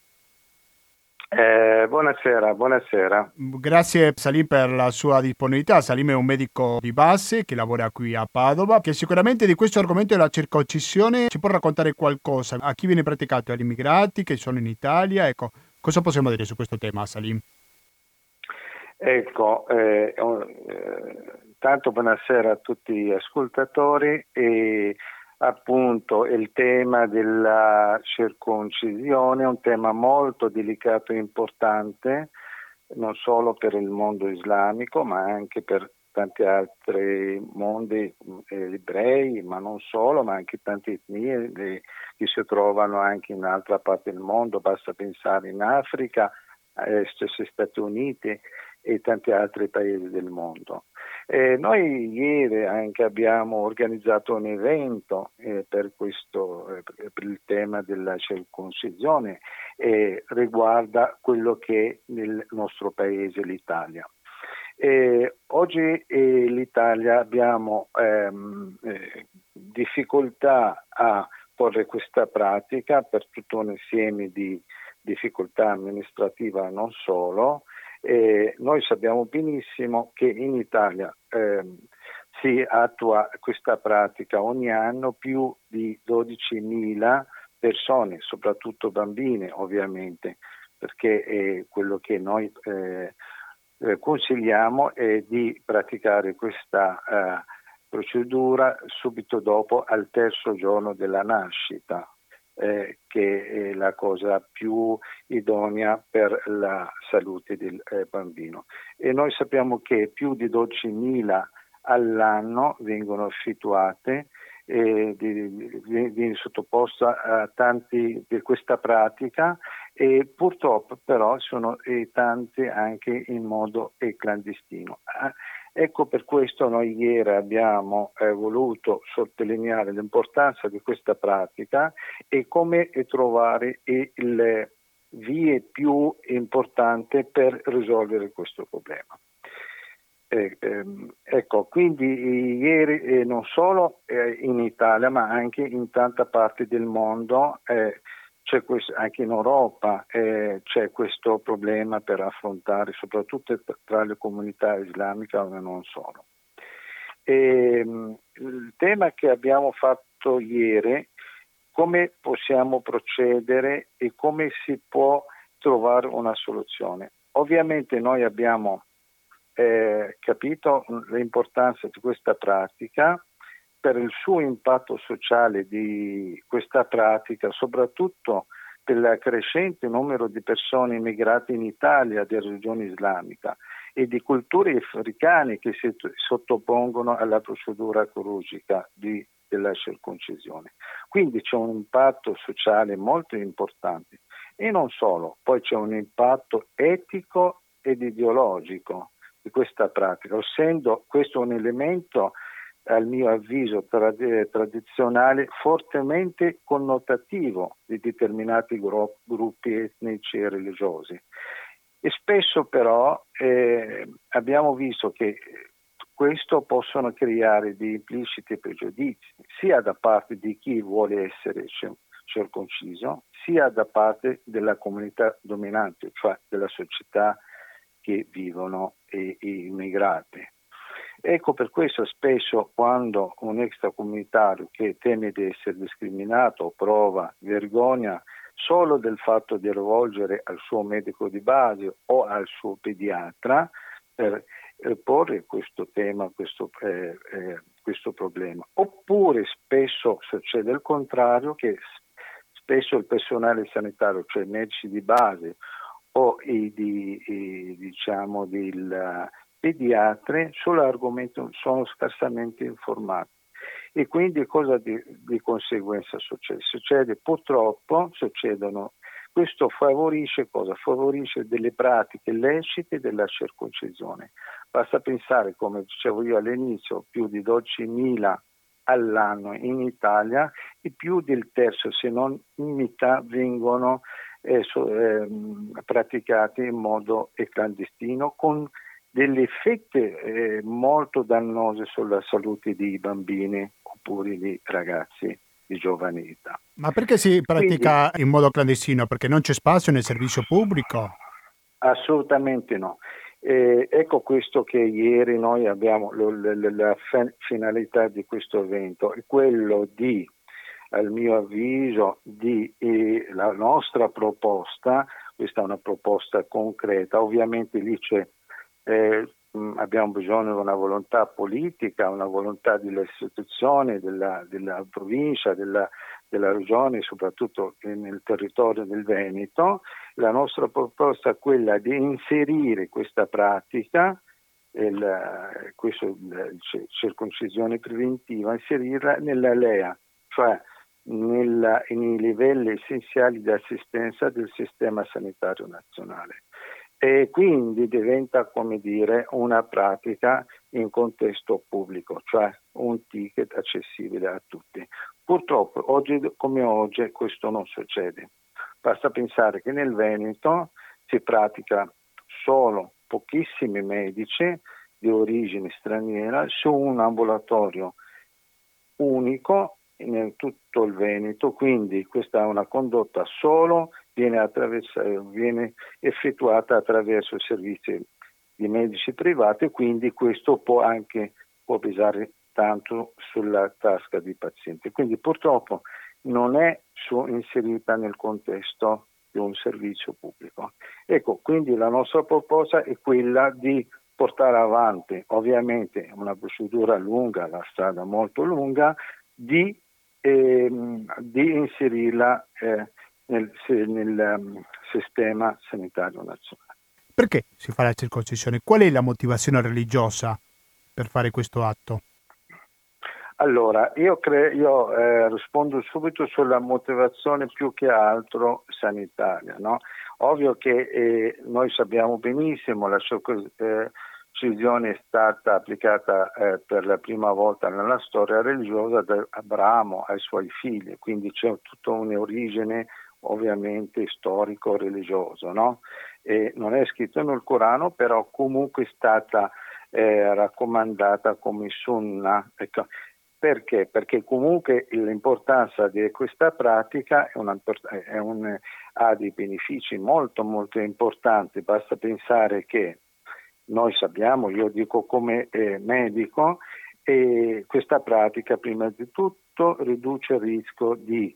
Buonasera. Grazie Salim per la sua disponibilità. Salim è un medico di base che lavora qui a Padova, che sicuramente di questo argomento della circoncisione ci può raccontare qualcosa. A chi viene praticato? Agli immigrati che sono in Italia? Ecco, cosa possiamo dire su questo tema, Salim? Ecco, tanto buonasera a tutti gli ascoltatori. E appunto il tema della circoncisione è un tema molto delicato e importante, non solo per il mondo islamico ma anche per tanti altri mondi ebrei, ma non solo, ma anche tante etnie che si trovano anche in altra parte del mondo. Basta pensare in Africa, stessi Stati Uniti e tanti altri paesi del mondo. Noi ieri anche abbiamo organizzato un evento per il tema della circoncisione, riguarda quello che è nel nostro paese, l'Italia. Oggi l'Italia abbiamo difficoltà a porre questa pratica per tutto un insieme di difficoltà amministrativa, non solo. Noi sappiamo benissimo che in Italia si attua questa pratica ogni anno. Più di 12.000 persone, soprattutto bambine ovviamente, perché quello che noi consigliamo è di praticare questa procedura subito dopo, al terzo giorno della nascita, che è la cosa più idonea per la salute del bambino. E noi sappiamo che più di 12.000 all'anno vengono effettuate, viene sottoposta a tanti di questa pratica, e purtroppo però sono tanti anche in modo clandestino. Ecco, per questo noi ieri abbiamo voluto sottolineare l'importanza di questa pratica e come trovare le vie più importanti per risolvere questo problema. Ecco, quindi ieri non solo in Italia ma anche in tanta parte del mondo, anche in Europa c'è questo problema per affrontare, soprattutto tra le comunità islamiche, ma non solo. Il tema che abbiamo fatto ieri, come possiamo procedere e come si può trovare una soluzione. Ovviamente noi abbiamo capito l'importanza di questa pratica per il suo impatto sociale di questa pratica, soprattutto per il crescente numero di persone immigrate in Italia della religione islamica e di culture africane che si sottopongono alla procedura chirurgica della circoncisione. Quindi c'è un impatto sociale molto importante e non solo, poi c'è un impatto etico ed ideologico di questa pratica, essendo questo un elemento, al mio avviso, tradizionale, fortemente connotativo di determinati gruppi etnici e religiosi. E spesso però abbiamo visto che questo possono creare dei impliciti pregiudizi, sia da parte di chi vuole essere circonciso, sia da parte della comunità dominante, cioè della società che vivono i immigrati. Ecco, per questo spesso quando un extracomunitario che teme di essere discriminato o prova vergogna solo del fatto di rivolgere al suo medico di base o al suo pediatra per porre questo tema, questo problema. Oppure spesso succede il contrario, che spesso il personale sanitario, cioè i medici di base o del pediatre sull'argomento sono scarsamente informati. E quindi cosa di conseguenza succede? Questo favorisce cosa? Favorisce delle pratiche lecite della circoncisione. Basta pensare, come dicevo io all'inizio, più di 12.000 all'anno in Italia e più del terzo, se non in metà, vengono praticati in modo clandestino, con degli effetti molto dannosi sulla salute dei bambini oppure di ragazzi di giovane età. Ma perché si pratica in modo clandestino? Perché non c'è spazio nel servizio pubblico? Assolutamente no. Ecco questo che ieri noi abbiamo, la finalità di questo evento è quello di, al mio avviso, la nostra proposta, questa è una proposta concreta, ovviamente lì c'è abbiamo bisogno di una volontà politica, una volontà delle istituzioni, della provincia, della regione, soprattutto nel territorio del Veneto. La nostra proposta è quella di inserire questa pratica, circoncisione preventiva, inserirla nella LEA, cioè nei livelli essenziali di assistenza del sistema sanitario nazionale. E quindi diventa, come dire, una pratica in contesto pubblico, cioè un ticket accessibile a tutti. Purtroppo oggi come oggi questo non succede. Basta pensare che nel Veneto si pratica solo pochissimi medici di origine straniera su un ambulatorio unico in tutto il Veneto, quindi questa è una condotta solo viene effettuata attraverso servizi di medici privati, quindi questo può pesare tanto sulla tasca dei pazienti. Quindi purtroppo non è inserita nel contesto di un servizio pubblico. Ecco, quindi la nostra proposta è quella di portare avanti, ovviamente una procedura lunga, la strada molto lunga, di inserirla nel sistema sanitario nazionale. Perché si fa la circoncisione? Qual è la motivazione religiosa per fare questo atto? Allora, io rispondo subito sulla motivazione più che altro sanitaria, no? Ovvio che noi sappiamo benissimo la circoncisione è stata applicata per la prima volta nella storia religiosa da Abramo ai suoi figli, quindi c'è tutta un'origine ovviamente storico-religioso, no? E non è scritto nel Corano, però comunque è stata raccomandata come sunnah. Ecco. Perché? Perché comunque l'importanza di questa pratica ha dei benefici molto molto importanti. Basta pensare che noi sappiamo, io dico come medico, questa pratica prima di tutto riduce il rischio di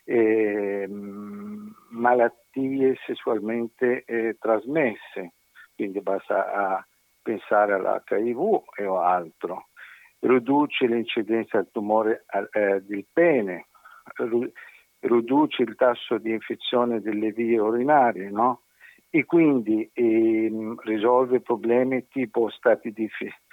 malattie sessualmente trasmesse, quindi basta pensare all'HIV o altro. Riduce l'incidenza del tumore del pene, riduce il tasso di infezione delle vie urinarie, no? E quindi risolve problemi tipo stati di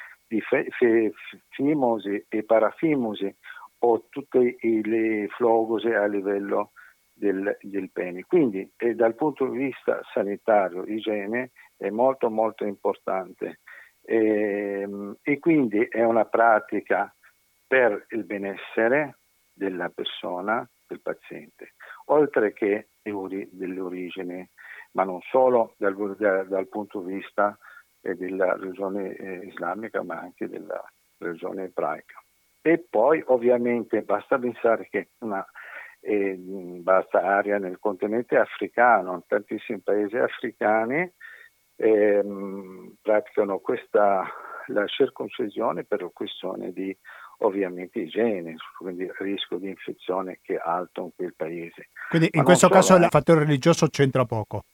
fimosi e parafimosi o tutte le flogose a livello del pene. Quindi dal punto di vista sanitario, igiene, è molto molto importante. E quindi è una pratica per il benessere della persona, del paziente, oltre che dell'origine, ma non solo dal punto di vista della religione islamica, ma anche della religione ebraica. E poi ovviamente basta pensare che basta area nel continente africano, in tantissimi paesi africani praticano la circoncisione per questione di ovviamente igiene, quindi il rischio di infezione che è alto in quel paese. Quindi in questo caso il fattore religioso c'entra poco.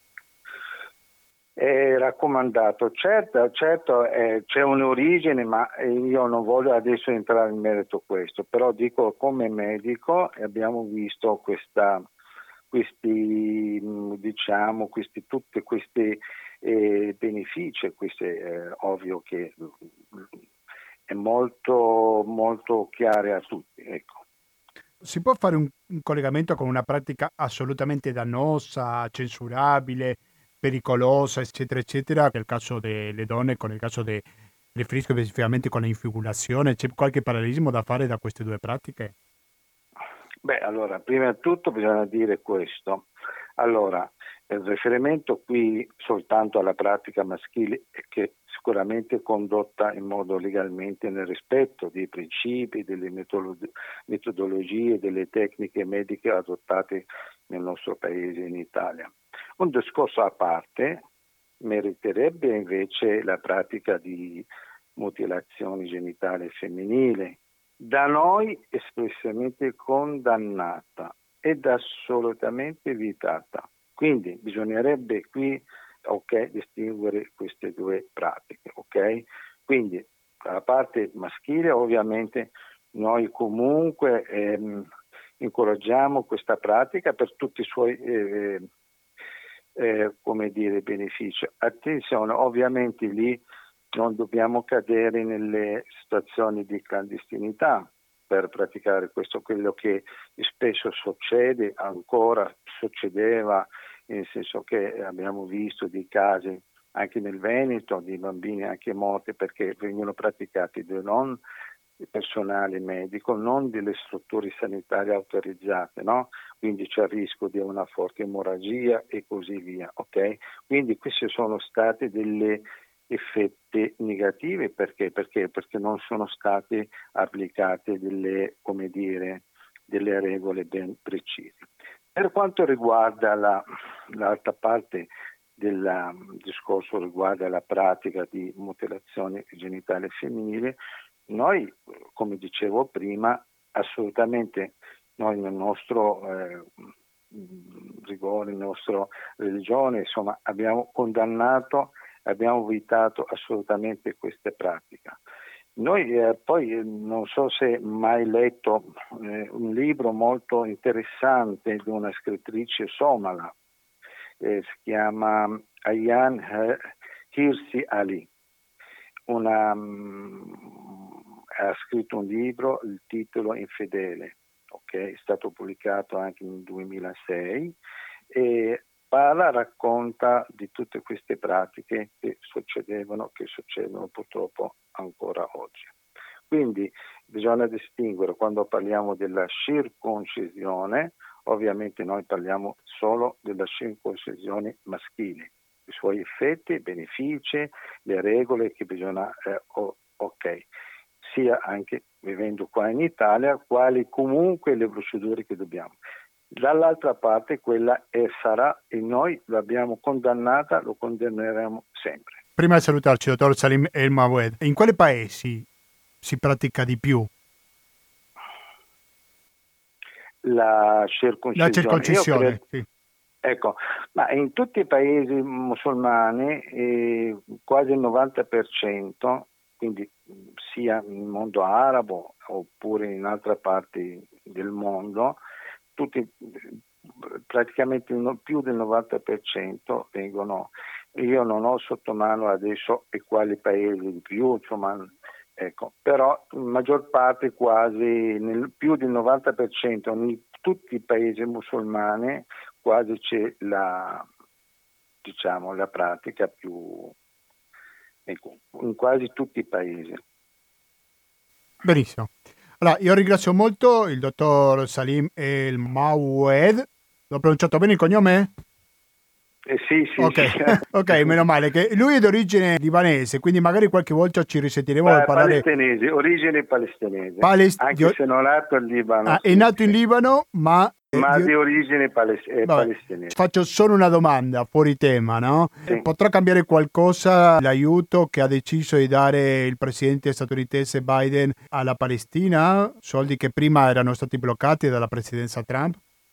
È raccomandato, certo c'è un'origine, ma io non voglio adesso entrare in merito a questo, però dico come medico abbiamo visto tutti questi benefici, ovvio che è molto molto chiaro a tutti, ecco. Si può fare un collegamento con una pratica assolutamente dannosa, censurabile, pericolosa, eccetera, eccetera, nel caso delle donne, con il caso riferisco specificamente con l'infibulazione? C'è qualche parallelismo da fare da queste due pratiche? Beh, allora, prima di tutto bisogna dire questo. Allora, il riferimento qui soltanto alla pratica maschile che sicuramente è condotta in modo legalmente nel rispetto dei principi, delle metodologie, delle tecniche mediche adottate nel nostro paese, in Italia. Un discorso a parte meriterebbe invece la pratica di mutilazione genitale femminile, da noi espressamente condannata ed assolutamente vietata. Quindi bisognerebbe qui distinguere queste due pratiche. Quindi la parte maschile ovviamente noi comunque incoraggiamo questa pratica per tutti i suoi benefici. Attenzione, ovviamente lì non dobbiamo cadere nelle situazioni di clandestinità per praticare questo, quello che spesso succedeva, nel senso che abbiamo visto dei casi anche nel Veneto di bambini anche morti perché vengono praticati non il personale medico, non delle strutture sanitarie autorizzate, no? Quindi c'è il rischio di una forte emorragia e così via, Quindi questi sono stati degli effetti negativi perché non sono state applicate delle regole ben precise. Per quanto riguarda l'altra parte del discorso riguarda la pratica di mutilazione genitale femminile, noi, come dicevo prima, assolutamente noi nel nostro rigore, nella nostra religione, insomma, abbiamo condannato, abbiamo vietato assolutamente queste pratiche. Noi poi non so se hai mai letto un libro molto interessante di una scrittrice somala, si chiama Ayaan Hirsi Ali. Ha scritto un libro, il titolo Infedele, è stato pubblicato anche nel 2006 e racconta di tutte queste pratiche che succedono purtroppo ancora oggi. Quindi bisogna distinguere quando parliamo della circoncisione, ovviamente noi parliamo solo della circoncisione maschile, i suoi effetti, i benefici, le regole che bisogna, ok, sia anche vivendo qua in Italia, quali comunque le procedure che dobbiamo. Dall'altra parte quella sarà, e noi l'abbiamo condannata, lo condanneremo sempre. Prima di salutarci, dottor Salim El Mawed, in quali paesi si pratica di più la circoncisione? la circoncisione? Sì. Ecco, ma in tutti i paesi musulmani quasi il 90%, quindi sia nel mondo arabo oppure in altre parti del mondo, praticamente più del 90% vengono. Io non ho sotto mano adesso e quali paesi di più, insomma, ecco, però in maggior parte quasi più del 90% in tutti i paesi musulmani quasi c'è la pratica più, ecco, in quasi tutti i paesi. Benissimo. Allora, io ringrazio molto il dottor Salim El Mawed. L'ho pronunciato bene il cognome? Sì. Ok, meno male che lui è di origine libanese, quindi magari qualche volta ci risentiremo a parlare. Palestinese, origine palestinese, anche se non è nato in Libano. È nato in Libano, ma di origine palestinese. Faccio solo una domanda fuori tema, no? Sì. Potrà cambiare qualcosa l'aiuto che ha deciso di dare il presidente statunitense Biden alla Palestina? Soldi che prima erano stati bloccati dalla presidenza Trump?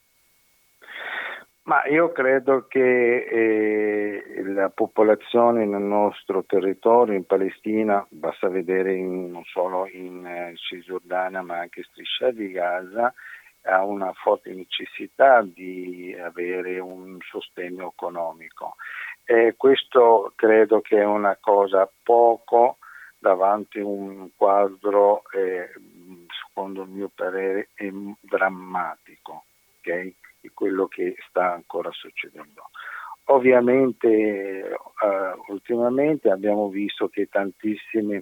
Ma io credo che la popolazione nel nostro territorio, in Palestina, basta vedere non solo in Cisgiordania ma anche Striscia di Gaza, ha una forte necessità di avere un sostegno economico. Questo credo che è una cosa poco davanti a un quadro, secondo il mio parere, drammatico, ok? Di quello che sta ancora succedendo. Ovviamente ultimamente abbiamo visto che tantissime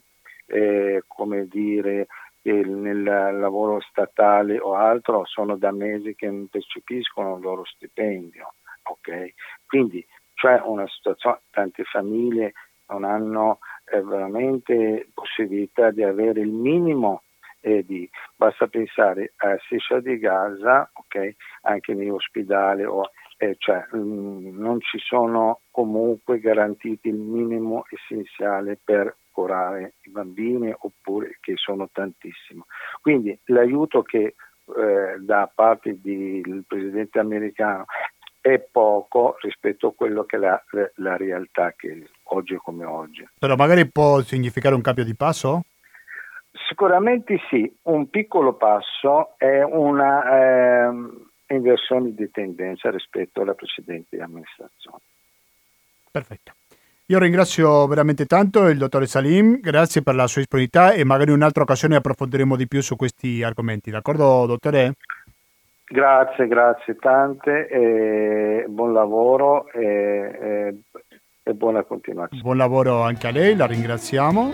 nel lavoro statale o altro sono da mesi che non percepiscono il loro stipendio, ok? Quindi c'è una situazione, tante famiglie non hanno veramente possibilità di avere il minimo. Basta pensare a Striscia di Gaza, ok, anche negli ospedali, non ci sono comunque garantiti il minimo essenziale per curare i bambini, oppure che sono tantissimo. Quindi l'aiuto che da parte del presidente americano è poco rispetto a quello che è la realtà che oggi come oggi. Però magari può significare un cambio di passo? Sicuramente sì, un piccolo passo è una inversione di tendenza rispetto alla precedente amministrazione. Perfetto. Io ringrazio veramente tanto il dottore Salim, grazie per la sua disponibilità e magari in un'altra occasione approfondiremo di più su questi argomenti, d'accordo dottore? Grazie tante, buon lavoro e buona continuazione. Buon lavoro anche a lei, la ringraziamo.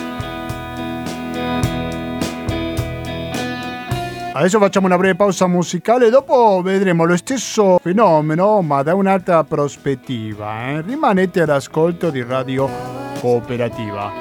Adesso facciamo una breve pausa musicale, dopo vedremo lo stesso fenomeno ma da un'altra prospettiva. Rimanete all'ascolto di Radio Cooperativa.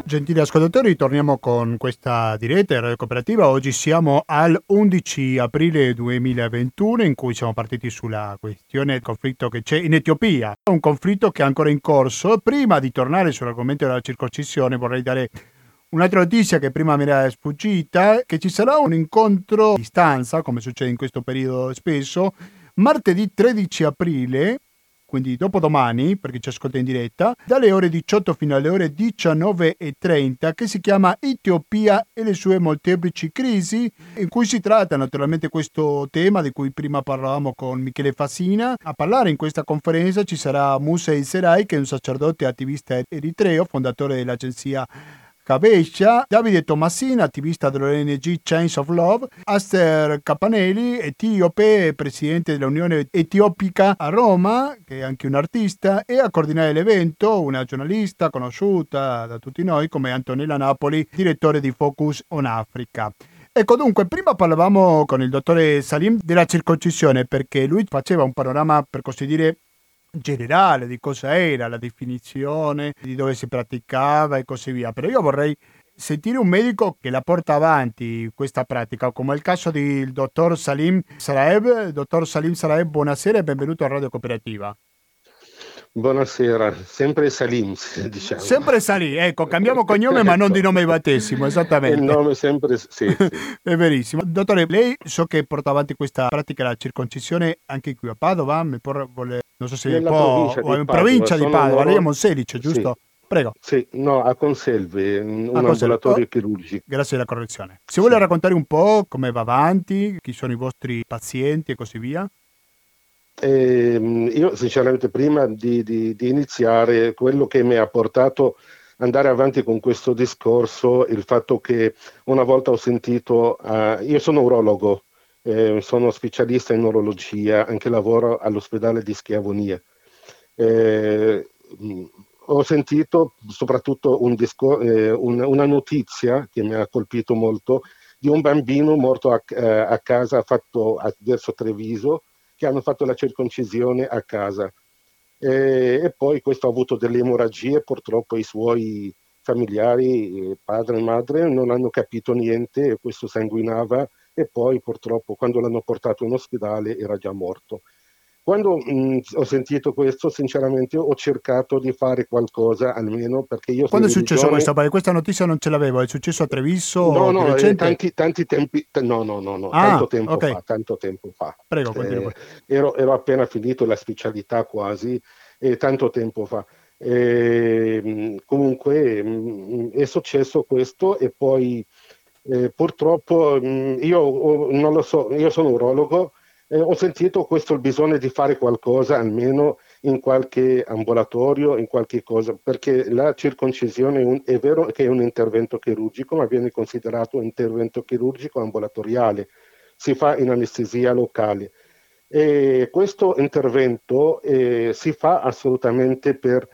Gentili ascoltatori, torniamo con questa diretta in Radio Cooperativa. Oggi siamo al 11 aprile 2021 in cui siamo partiti sulla questione del conflitto che c'è in Etiopia, un conflitto che è ancora in corso. Prima di tornare sull'argomento della circoncisione vorrei dare un'altra notizia che prima mi era sfuggita, che ci sarà un incontro a distanza, come succede in questo periodo spesso, martedì 13 aprile, quindi dopodomani, per chi ci ascolta in diretta, dalle ore 18 fino alle ore 19:30, che si chiama Etiopia e le sue molteplici crisi, in cui si tratta naturalmente questo tema di cui prima parlavamo con Michele Fassina. A parlare in questa conferenza ci sarà Musa El-Serai, che è un sacerdote attivista eritreo, fondatore dell'agenzia Cabescia, Davide Tomassina, attivista dell'ONG Chains of Love, Aster Capanelli, etiope, presidente dell'Unione Etiopica a Roma, che è anche un artista, e a coordinare l'evento una giornalista conosciuta da tutti noi come Antonella Napoli, direttore di Focus on Africa. Ecco, dunque, prima parlavamo con il dottore Salim della circoncisione, perché lui faceva un panorama, per così dire, generale di cosa era la definizione, di dove si praticava e così via, però io vorrei sentire un medico che la porta avanti questa pratica, come il caso del dottor Salim Saraeb. Dottor Salim Saraeb, buonasera e benvenuto a Radio Cooperativa. Buonasera, sempre Salim, diciamo. Sempre Salim, ecco, cambiamo cognome ma non di nome di battesimo, esattamente. Il nome sempre, sì. È verissimo. Dottore, lei so che porta avanti questa pratica della circoncisione anche qui a Padova, non so se Nella può, o in provincia di Padova, lei è Monselice, giusto? Sì. Prego. Sì, no, a Conselve, un ambulatorio chirurgico. Grazie della correzione. Se vuole raccontare un po' come va avanti, chi sono i vostri pazienti e così via? Io sinceramente prima di iniziare, quello che mi ha portato ad andare avanti con questo discorso, il fatto che una volta ho sentito, io sono urologo, sono specialista in urologia, anche lavoro all'ospedale di Schiavonia. Ho sentito soprattutto una notizia che mi ha colpito molto di un bambino morto a casa verso Treviso, che hanno fatto la circoncisione a casa e poi questo ha avuto delle emorragie. Purtroppo i suoi familiari, padre e madre, non hanno capito niente e questo sanguinava e poi purtroppo quando l'hanno portato in ospedale era già morto. Quando ho sentito questo, sinceramente ho cercato di fare qualcosa almeno, perché io... Quando è successo questo? Perché questa notizia non ce l'avevo, è successo a Treviso? No, tanti tempi, no, tanto tempo fa. Prego, continua. Ero appena finito la specialità quasi, tanto tempo fa. Comunque è successo questo e poi purtroppo io non lo so, io sono urologo. Ho sentito il bisogno di fare qualcosa almeno in qualche ambulatorio, in qualche cosa, perché la circoncisione è vero che è un intervento chirurgico, ma viene considerato un intervento chirurgico ambulatoriale, si fa in anestesia locale. E questo intervento si fa assolutamente per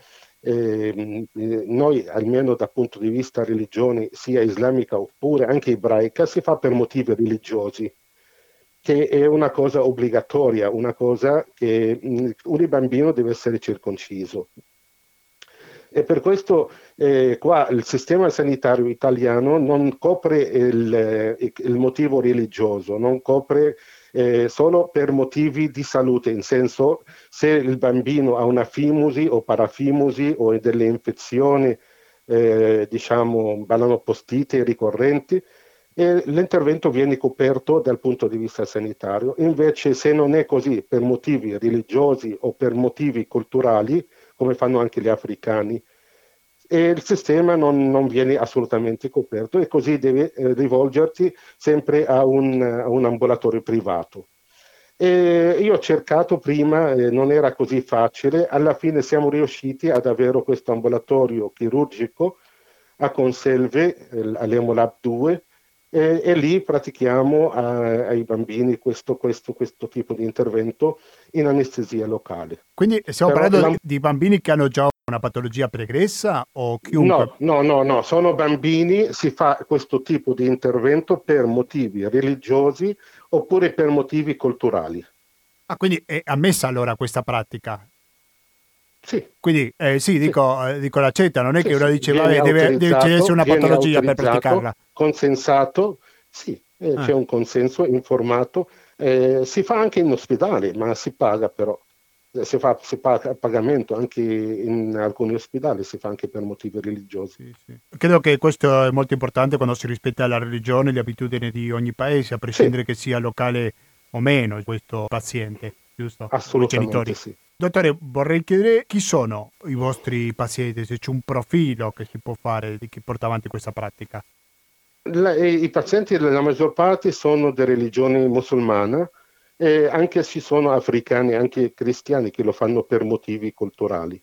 noi, almeno dal punto di vista religione, sia islamica oppure anche ebraica, si fa per motivi religiosi, che è una cosa obbligatoria, una cosa che ogni bambino deve essere circonciso. E per questo qua il sistema sanitario italiano non copre il motivo religioso, non copre solo per motivi di salute, in senso se il bambino ha una fimosi o parafimosi o delle infezioni, diciamo, balanopostite ricorrenti, e l'intervento viene coperto dal punto di vista sanitario. Invece se non è così, per motivi religiosi o per motivi culturali, come fanno anche gli africani, e il sistema non viene assolutamente coperto e così devi rivolgerti sempre a un ambulatorio privato. E io ho cercato prima, non era così facile, alla fine siamo riusciti ad avere questo ambulatorio chirurgico a Conselve, all'Emolab 2, e lì pratichiamo ai bambini questo tipo di intervento in anestesia locale. Quindi stiamo parlando di bambini che hanno già una patologia pregressa o chiunque? No, sono bambini, si fa questo tipo di intervento per motivi religiosi oppure per motivi culturali. Ah, quindi è ammessa allora questa pratica? Sì. Quindi dico l'accetta, non è che uno dice Viene deve essere una patologia per autorizzato, praticarla. Consensato, sì, c'è un consenso informato, si fa anche in ospedale, ma si paga però. Si paga a pagamento anche in alcuni ospedali, si fa anche per motivi religiosi. Sì. Credo che questo è molto importante quando si rispetta la religione e le abitudini di ogni paese, a prescindere che sia locale o meno questo paziente, giusto? Assolutamente I genitori. sì. Dottore, vorrei chiedere chi sono i vostri pazienti, se c'è un profilo che si può fare di chi porta avanti questa pratica. I pazienti, la maggior parte, sono di religione musulmana, e anche ci sono africani, anche cristiani che lo fanno per motivi culturali.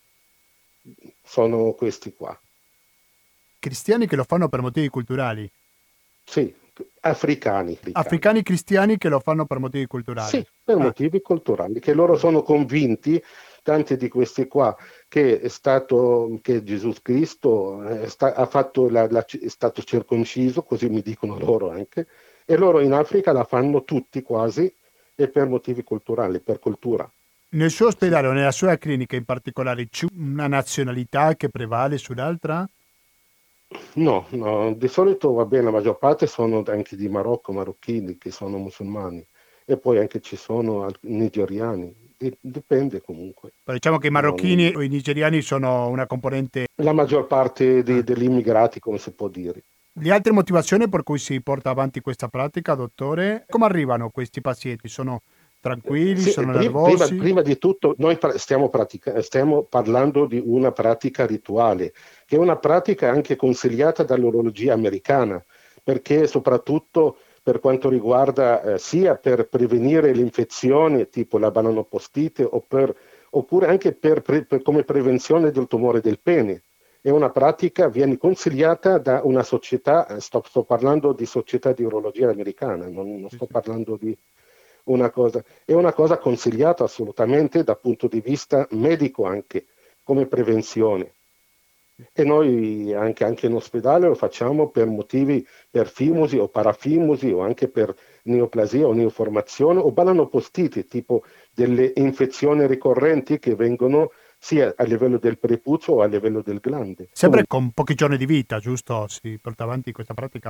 Sono questi qua. Cristiani che lo fanno per motivi culturali? Sì, africani. Africani cristiani che lo fanno per motivi culturali? Sì, per motivi culturali, che loro sono convinti, tanti di questi qua, che Gesù Cristo è stato circonciso, così mi dicono loro anche, e loro in Africa la fanno tutti quasi, e per motivi culturali, per cultura. Nel suo ospedale o nella sua clinica in particolare c'è una nazionalità che prevale sull'altra? No, di solito va bene, la maggior parte sono anche di Marocco, marocchini che sono musulmani, e poi anche ci sono nigeriani, dipende comunque. Però diciamo che i marocchini o i nigeriani sono una componente. La maggior parte degli immigrati, come si può dire. Le altre motivazioni per cui si porta avanti questa pratica, dottore? Come arrivano questi pazienti? Sono tranquilli, sono nervosi? Prima di tutto noi stiamo parlando di una pratica rituale, che è una pratica anche consigliata dall'urologia americana, perché soprattutto per quanto riguarda sia per prevenire l'infezione tipo la bananopostite oppure anche come prevenzione del tumore del pene. È una pratica, viene consigliata da una società, sto parlando di società di urologia americana, non sto parlando di una cosa, è una cosa consigliata assolutamente dal punto di vista medico anche, come prevenzione. E noi anche in ospedale lo facciamo per motivi, per fimosi o parafimosi o anche per neoplasia o neoformazione o balanopostiti, tipo delle infezioni ricorrenti che vengono sia a livello del prepuzio o a livello del glande. Sempre con pochi giorni di vita, giusto? Si porta avanti questa pratica?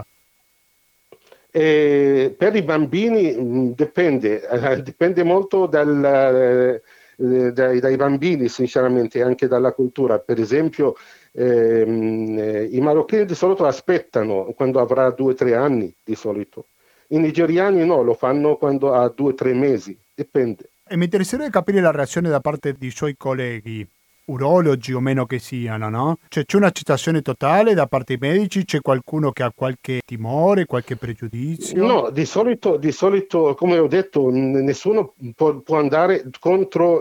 Per i bambini dipende molto dai bambini, sinceramente, anche dalla cultura. Per esempio, i marocchini di solito aspettano quando avrà 2 o 3 anni, di solito. I nigeriani no, lo fanno quando ha 2 o 3 mesi, dipende. E mi interesserebbe capire la reazione da parte dei suoi colleghi, urologi o meno che siano, no? Cioè, c'è un'accettazione totale da parte dei medici? C'è qualcuno che ha qualche timore, qualche pregiudizio? No, di solito, come ho detto, nessuno può andare contro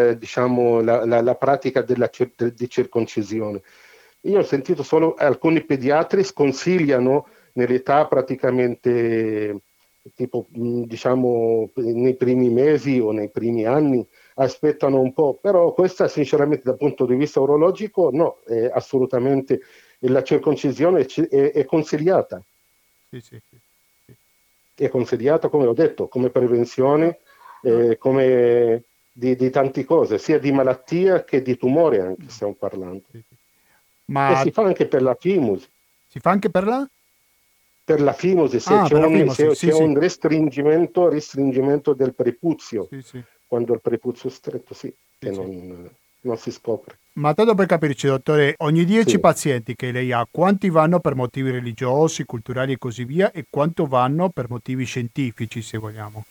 la pratica di circoncisione. Io ho sentito solo alcuni pediatri sconsigliano nell'età praticamente, tipo, diciamo, nei primi mesi o nei primi anni, aspettano un po', però questa sinceramente dal punto di vista urologico no, assolutamente la circoncisione è consigliata. Sì. È consigliata, come ho detto, come prevenzione, come di tante cose, sia di malattia che di tumore anche stiamo parlando. Ma E si fa anche per la fimosi. Si fa anche per la? Per la fimosi, se c'è un restringimento del prepuzio, quando il prepuzio è stretto, che non si scopre. Ma tanto per capirci, dottore, ogni 10 pazienti che lei ha, quanti vanno per motivi religiosi, culturali e così via, e quanto vanno per motivi scientifici, se vogliamo?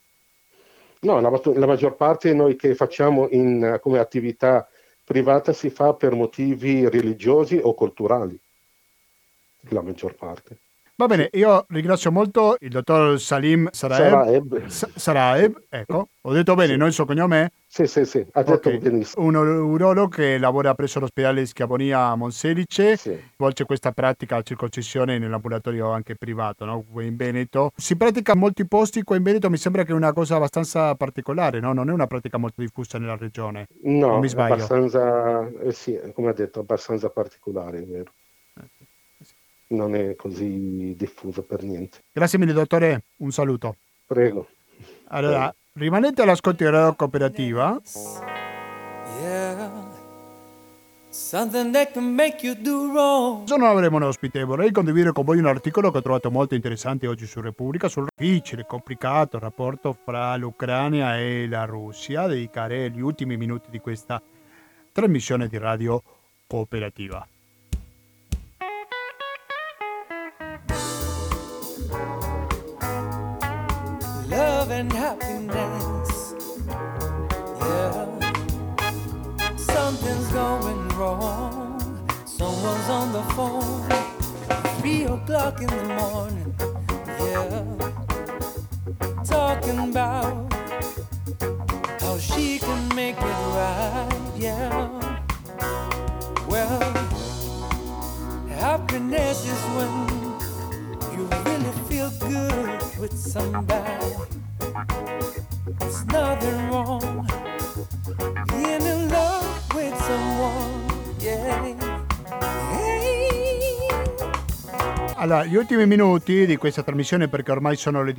No, la maggior parte noi che facciamo come attività privata si fa per motivi religiosi o culturali, la maggior parte. Va bene, io ringrazio molto il dottor Salim Saraeb, ecco, ho detto bene, no il suo cognome? Sì, ha detto benissimo. Un urologo che lavora presso l'ospedale Schiavonia a Monselice, svolge questa pratica, la circoncisione nell'ambulatorio anche privato, no? Qui in Veneto. Si pratica in molti posti, qua in Veneto mi sembra che è una cosa abbastanza particolare, no? Non è una pratica molto diffusa nella regione. No, non mi sbaglio. Abbastanza, come ha detto, abbastanza particolare, è vero. Non è così diffuso per niente. Grazie mille, dottore, un saluto. Prego. Allora, rimanete all'ascolto di Radio Cooperativa. Yeah. something that can make you do wrong. Se non avremo un ospite, vorrei condividere con voi un articolo che ho trovato molto interessante oggi su Repubblica sul difficile, complicato rapporto fra l'Ucraina e la Russia. Dedicare gli ultimi minuti di questa trasmissione di radio cooperativa. Love and happiness, yeah. Something's going wrong. Someone's on the phone, 3 o'clock in the morning, yeah. Talking about how she can make it right, yeah. Well, happiness is when you really feel good with somebody. There's nothing wrong being in love with someone, yeah. Hey. Allora, gli ultimi minuti di questa trasmissione, perché ormai sono le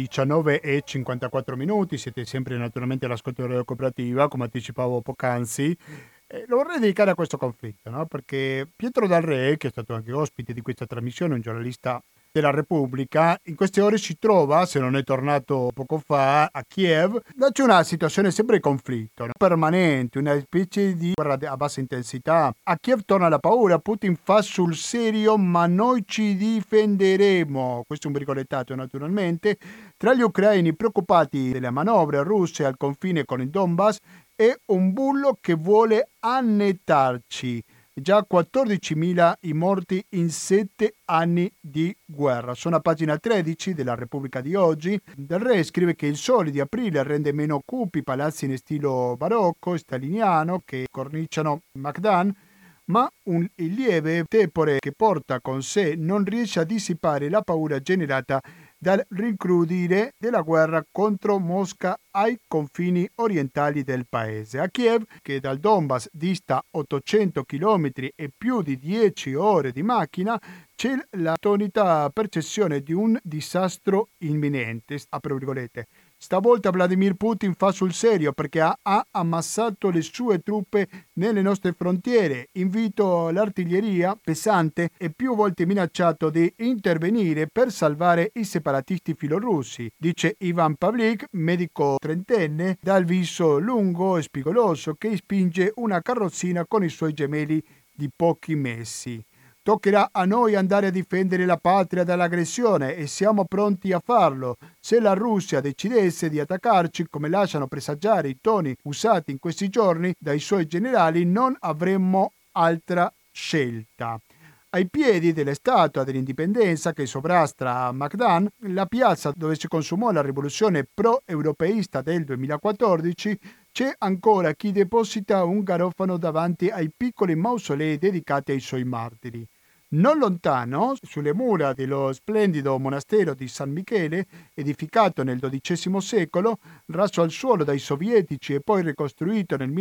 19:54, siete sempre naturalmente all'ascolto della cooperativa, come anticipavo poc'anzi. Lo vorrei dedicare a questo conflitto, no? Perché Pietro Dal Re, che è stato anche ospite di questa trasmissione, un giornalista della Repubblica, in queste ore si trova, se non è tornato poco fa, a Kiev. C'è una situazione sempre di conflitto, no? Permanente, una specie di guerra a bassa intensità. A Kiev torna la paura, Putin fa sul serio, ma noi ci difenderemo. Questo è un virgolettato naturalmente. Tra gli ucraini preoccupati delle manovre russe al confine con il Donbass e un bullo che vuole annettarci. Già 14.000 i morti in 7 anni di guerra. Sono a pagina 13 della Repubblica di oggi. Del Re scrive che il sole di aprile rende meno cupi palazzi in stile barocco e staliniano che corniciano Magdan, ma il lieve tepore che porta con sé non riesce a dissipare la paura generata dal rincrudire della guerra contro Mosca ai confini orientali del paese. A Kiev, che dal Donbass dista 800 km e più di 10 ore di macchina, c'è l'attonita percezione di un disastro imminente. Apro virgolette. Stavolta Vladimir Putin fa sul serio perché ha ammassato le sue truppe nelle nostre frontiere. Invito l'artiglieria pesante e più volte minacciato di intervenire per salvare i separatisti filorussi, dice Ivan Pavlik, medico trentenne dal viso lungo e spigoloso che spinge una carrozzina con i suoi gemelli di pochi mesi. Toccherà a noi andare a difendere la patria dall'aggressione e siamo pronti a farlo. Se la Russia decidesse di attaccarci, come lasciano presagiare i toni usati in questi giorni dai suoi generali, non avremmo altra scelta. Ai piedi della statua dell'indipendenza che sovrasta Magdan, la piazza dove si consumò la rivoluzione pro-europeista del 2014, c'è ancora chi deposita un garofano davanti ai piccoli mausolei dedicati ai suoi martiri. Non lontano, sulle mura dello splendido monastero di San Michele, edificato nel XII secolo, raso al suolo dai sovietici e poi ricostruito nel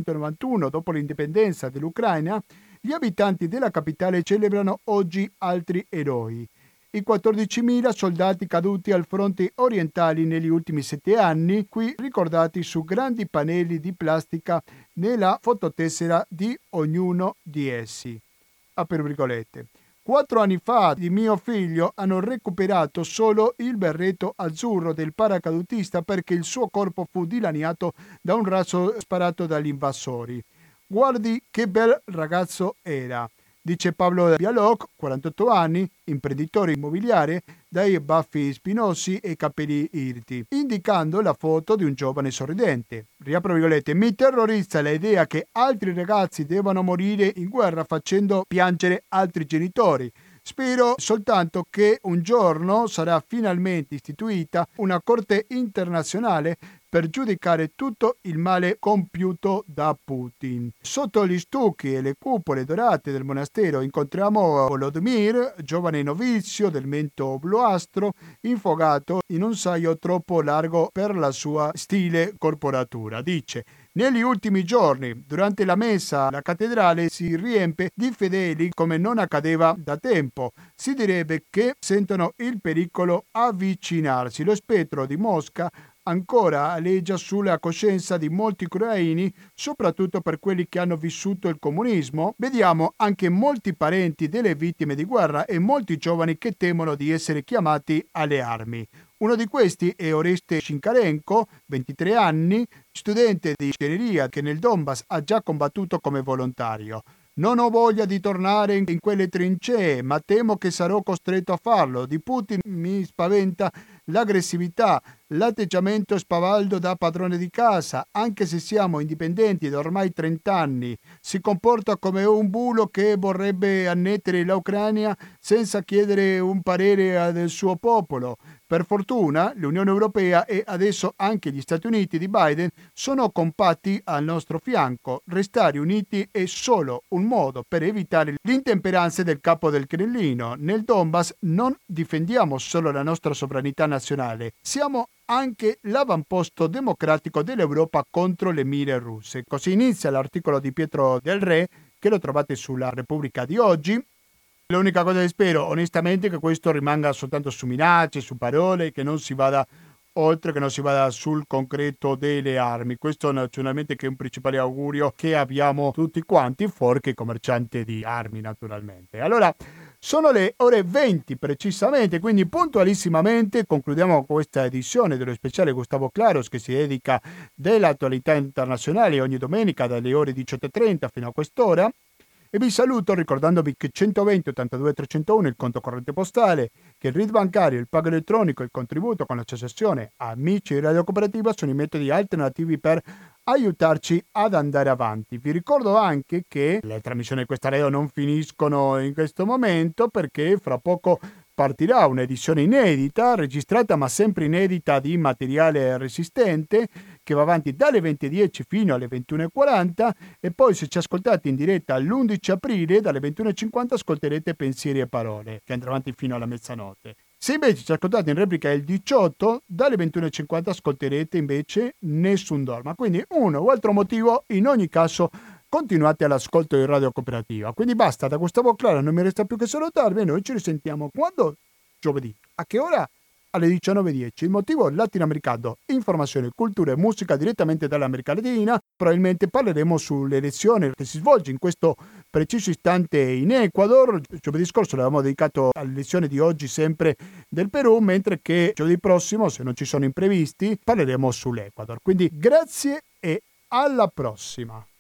1991 dopo l'indipendenza dell'Ucraina, gli abitanti della capitale celebrano oggi altri eroi. I 14.000 soldati caduti al fronte orientali negli ultimi 7 anni, qui ricordati su grandi pannelli di plastica nella fototessera di ognuno di essi. Apro virgolette. 4 anni fa di mio figlio hanno recuperato solo il berretto azzurro del paracadutista perché il suo corpo fu dilaniato da un razzo sparato dagli invasori. Guardi che bel ragazzo era, dice Pablo Bialoc, 48 anni, imprenditore immobiliare, dai baffi spinosi e capelli irti, indicando la foto di un giovane sorridente. Riapro virgolette, mi terrorizza l'idea che altri ragazzi devono morire in guerra facendo piangere altri genitori. Spero soltanto che un giorno sarà finalmente istituita una corte internazionale per giudicare tutto il male compiuto da Putin. Sotto gli stucchi e le cupole dorate del monastero incontriamo Volodymyr, giovane novizio del mento bluastro, infogato in un saio troppo largo per la sua stile corporatura. Dice: negli ultimi giorni, durante la messa, la cattedrale si riempie di fedeli come non accadeva da tempo. Si direbbe che sentono il pericolo avvicinarsi. Lo spettro di Mosca ancora aleggia sulla coscienza di molti ucraini, soprattutto per quelli che hanno vissuto il comunismo. Vediamo anche molti parenti delle vittime di guerra e molti giovani che temono di essere chiamati alle armi. Uno di questi è Oreste Shinkarenko, 23 anni, studente di ingegneria che nel Donbass ha già combattuto come volontario. Non ho voglia di tornare in quelle trincee, ma temo che sarò costretto a farlo. Di Putin mi spaventa l'aggressività, l'atteggiamento spavaldo da padrone di casa, anche se siamo indipendenti da ormai 30 anni. Si comporta come un bulo che vorrebbe annettere l'Ucraina senza chiedere un parere del suo popolo. Per fortuna l'Unione Europea e adesso anche gli Stati Uniti di Biden sono compatti al nostro fianco. Restare uniti è solo un modo per evitare l'intemperanza del capo del Cremlino. Nel Donbass non difendiamo solo la nostra sovranità nazionale, siamo anche l'avamposto democratico dell'Europa contro le mire russe. Così inizia l'articolo di Pietro Del Re, che lo trovate sulla Repubblica di oggi. L'unica cosa che spero onestamente è che questo rimanga soltanto su minacce, su parole, che non si vada oltre, che non si vada sul concreto delle armi. Questo naturalmente che è un principale augurio che abbiamo tutti quanti, fuorché commercianti di armi naturalmente. Allora, sono le ore 20 precisamente, quindi puntualissimamente concludiamo questa edizione dello speciale Gustavo Claros che si dedica dell'attualità internazionale ogni domenica dalle ore 18:30 fino a quest'ora. E vi saluto ricordandovi che 120 82 301 il conto corrente postale, che il RID bancario, il pago elettronico e il contributo con l'associazione Amici di Radio Cooperativa sono i metodi alternativi per aiutarci ad andare avanti. Vi ricordo anche che le trasmissioni di questa radio non finiscono in questo momento, perché fra poco partirà un'edizione inedita, registrata ma sempre inedita, di materiale resistente, che va avanti dalle 20:10 fino alle 21:40, e poi se ci ascoltate in diretta l'11 aprile dalle 21:50 ascolterete Pensieri e Parole, che andrà avanti fino alla mezzanotte. Se invece ci ascoltate in replica il 18, dalle 21:50 ascolterete invece Nessun Dorma. Quindi uno o altro motivo, in ogni caso continuate all'ascolto di Radio Cooperativa. Quindi basta, da Gustavo Clara non mi resta più che salutarvi e noi ci risentiamo quando? Giovedì. A che ora? Alle 19:10. Il motivo latinoamericano, informazione, cultura e musica direttamente dall'America Latina. Probabilmente parleremo sull'elezione che si svolge in questo preciso istante in Ecuador. Giovedì scorso l'avevamo dedicato all'elezione di oggi sempre del Perù, mentre che giovedì prossimo, se non ci sono imprevisti, parleremo sull'Ecuador. Quindi grazie e alla prossima.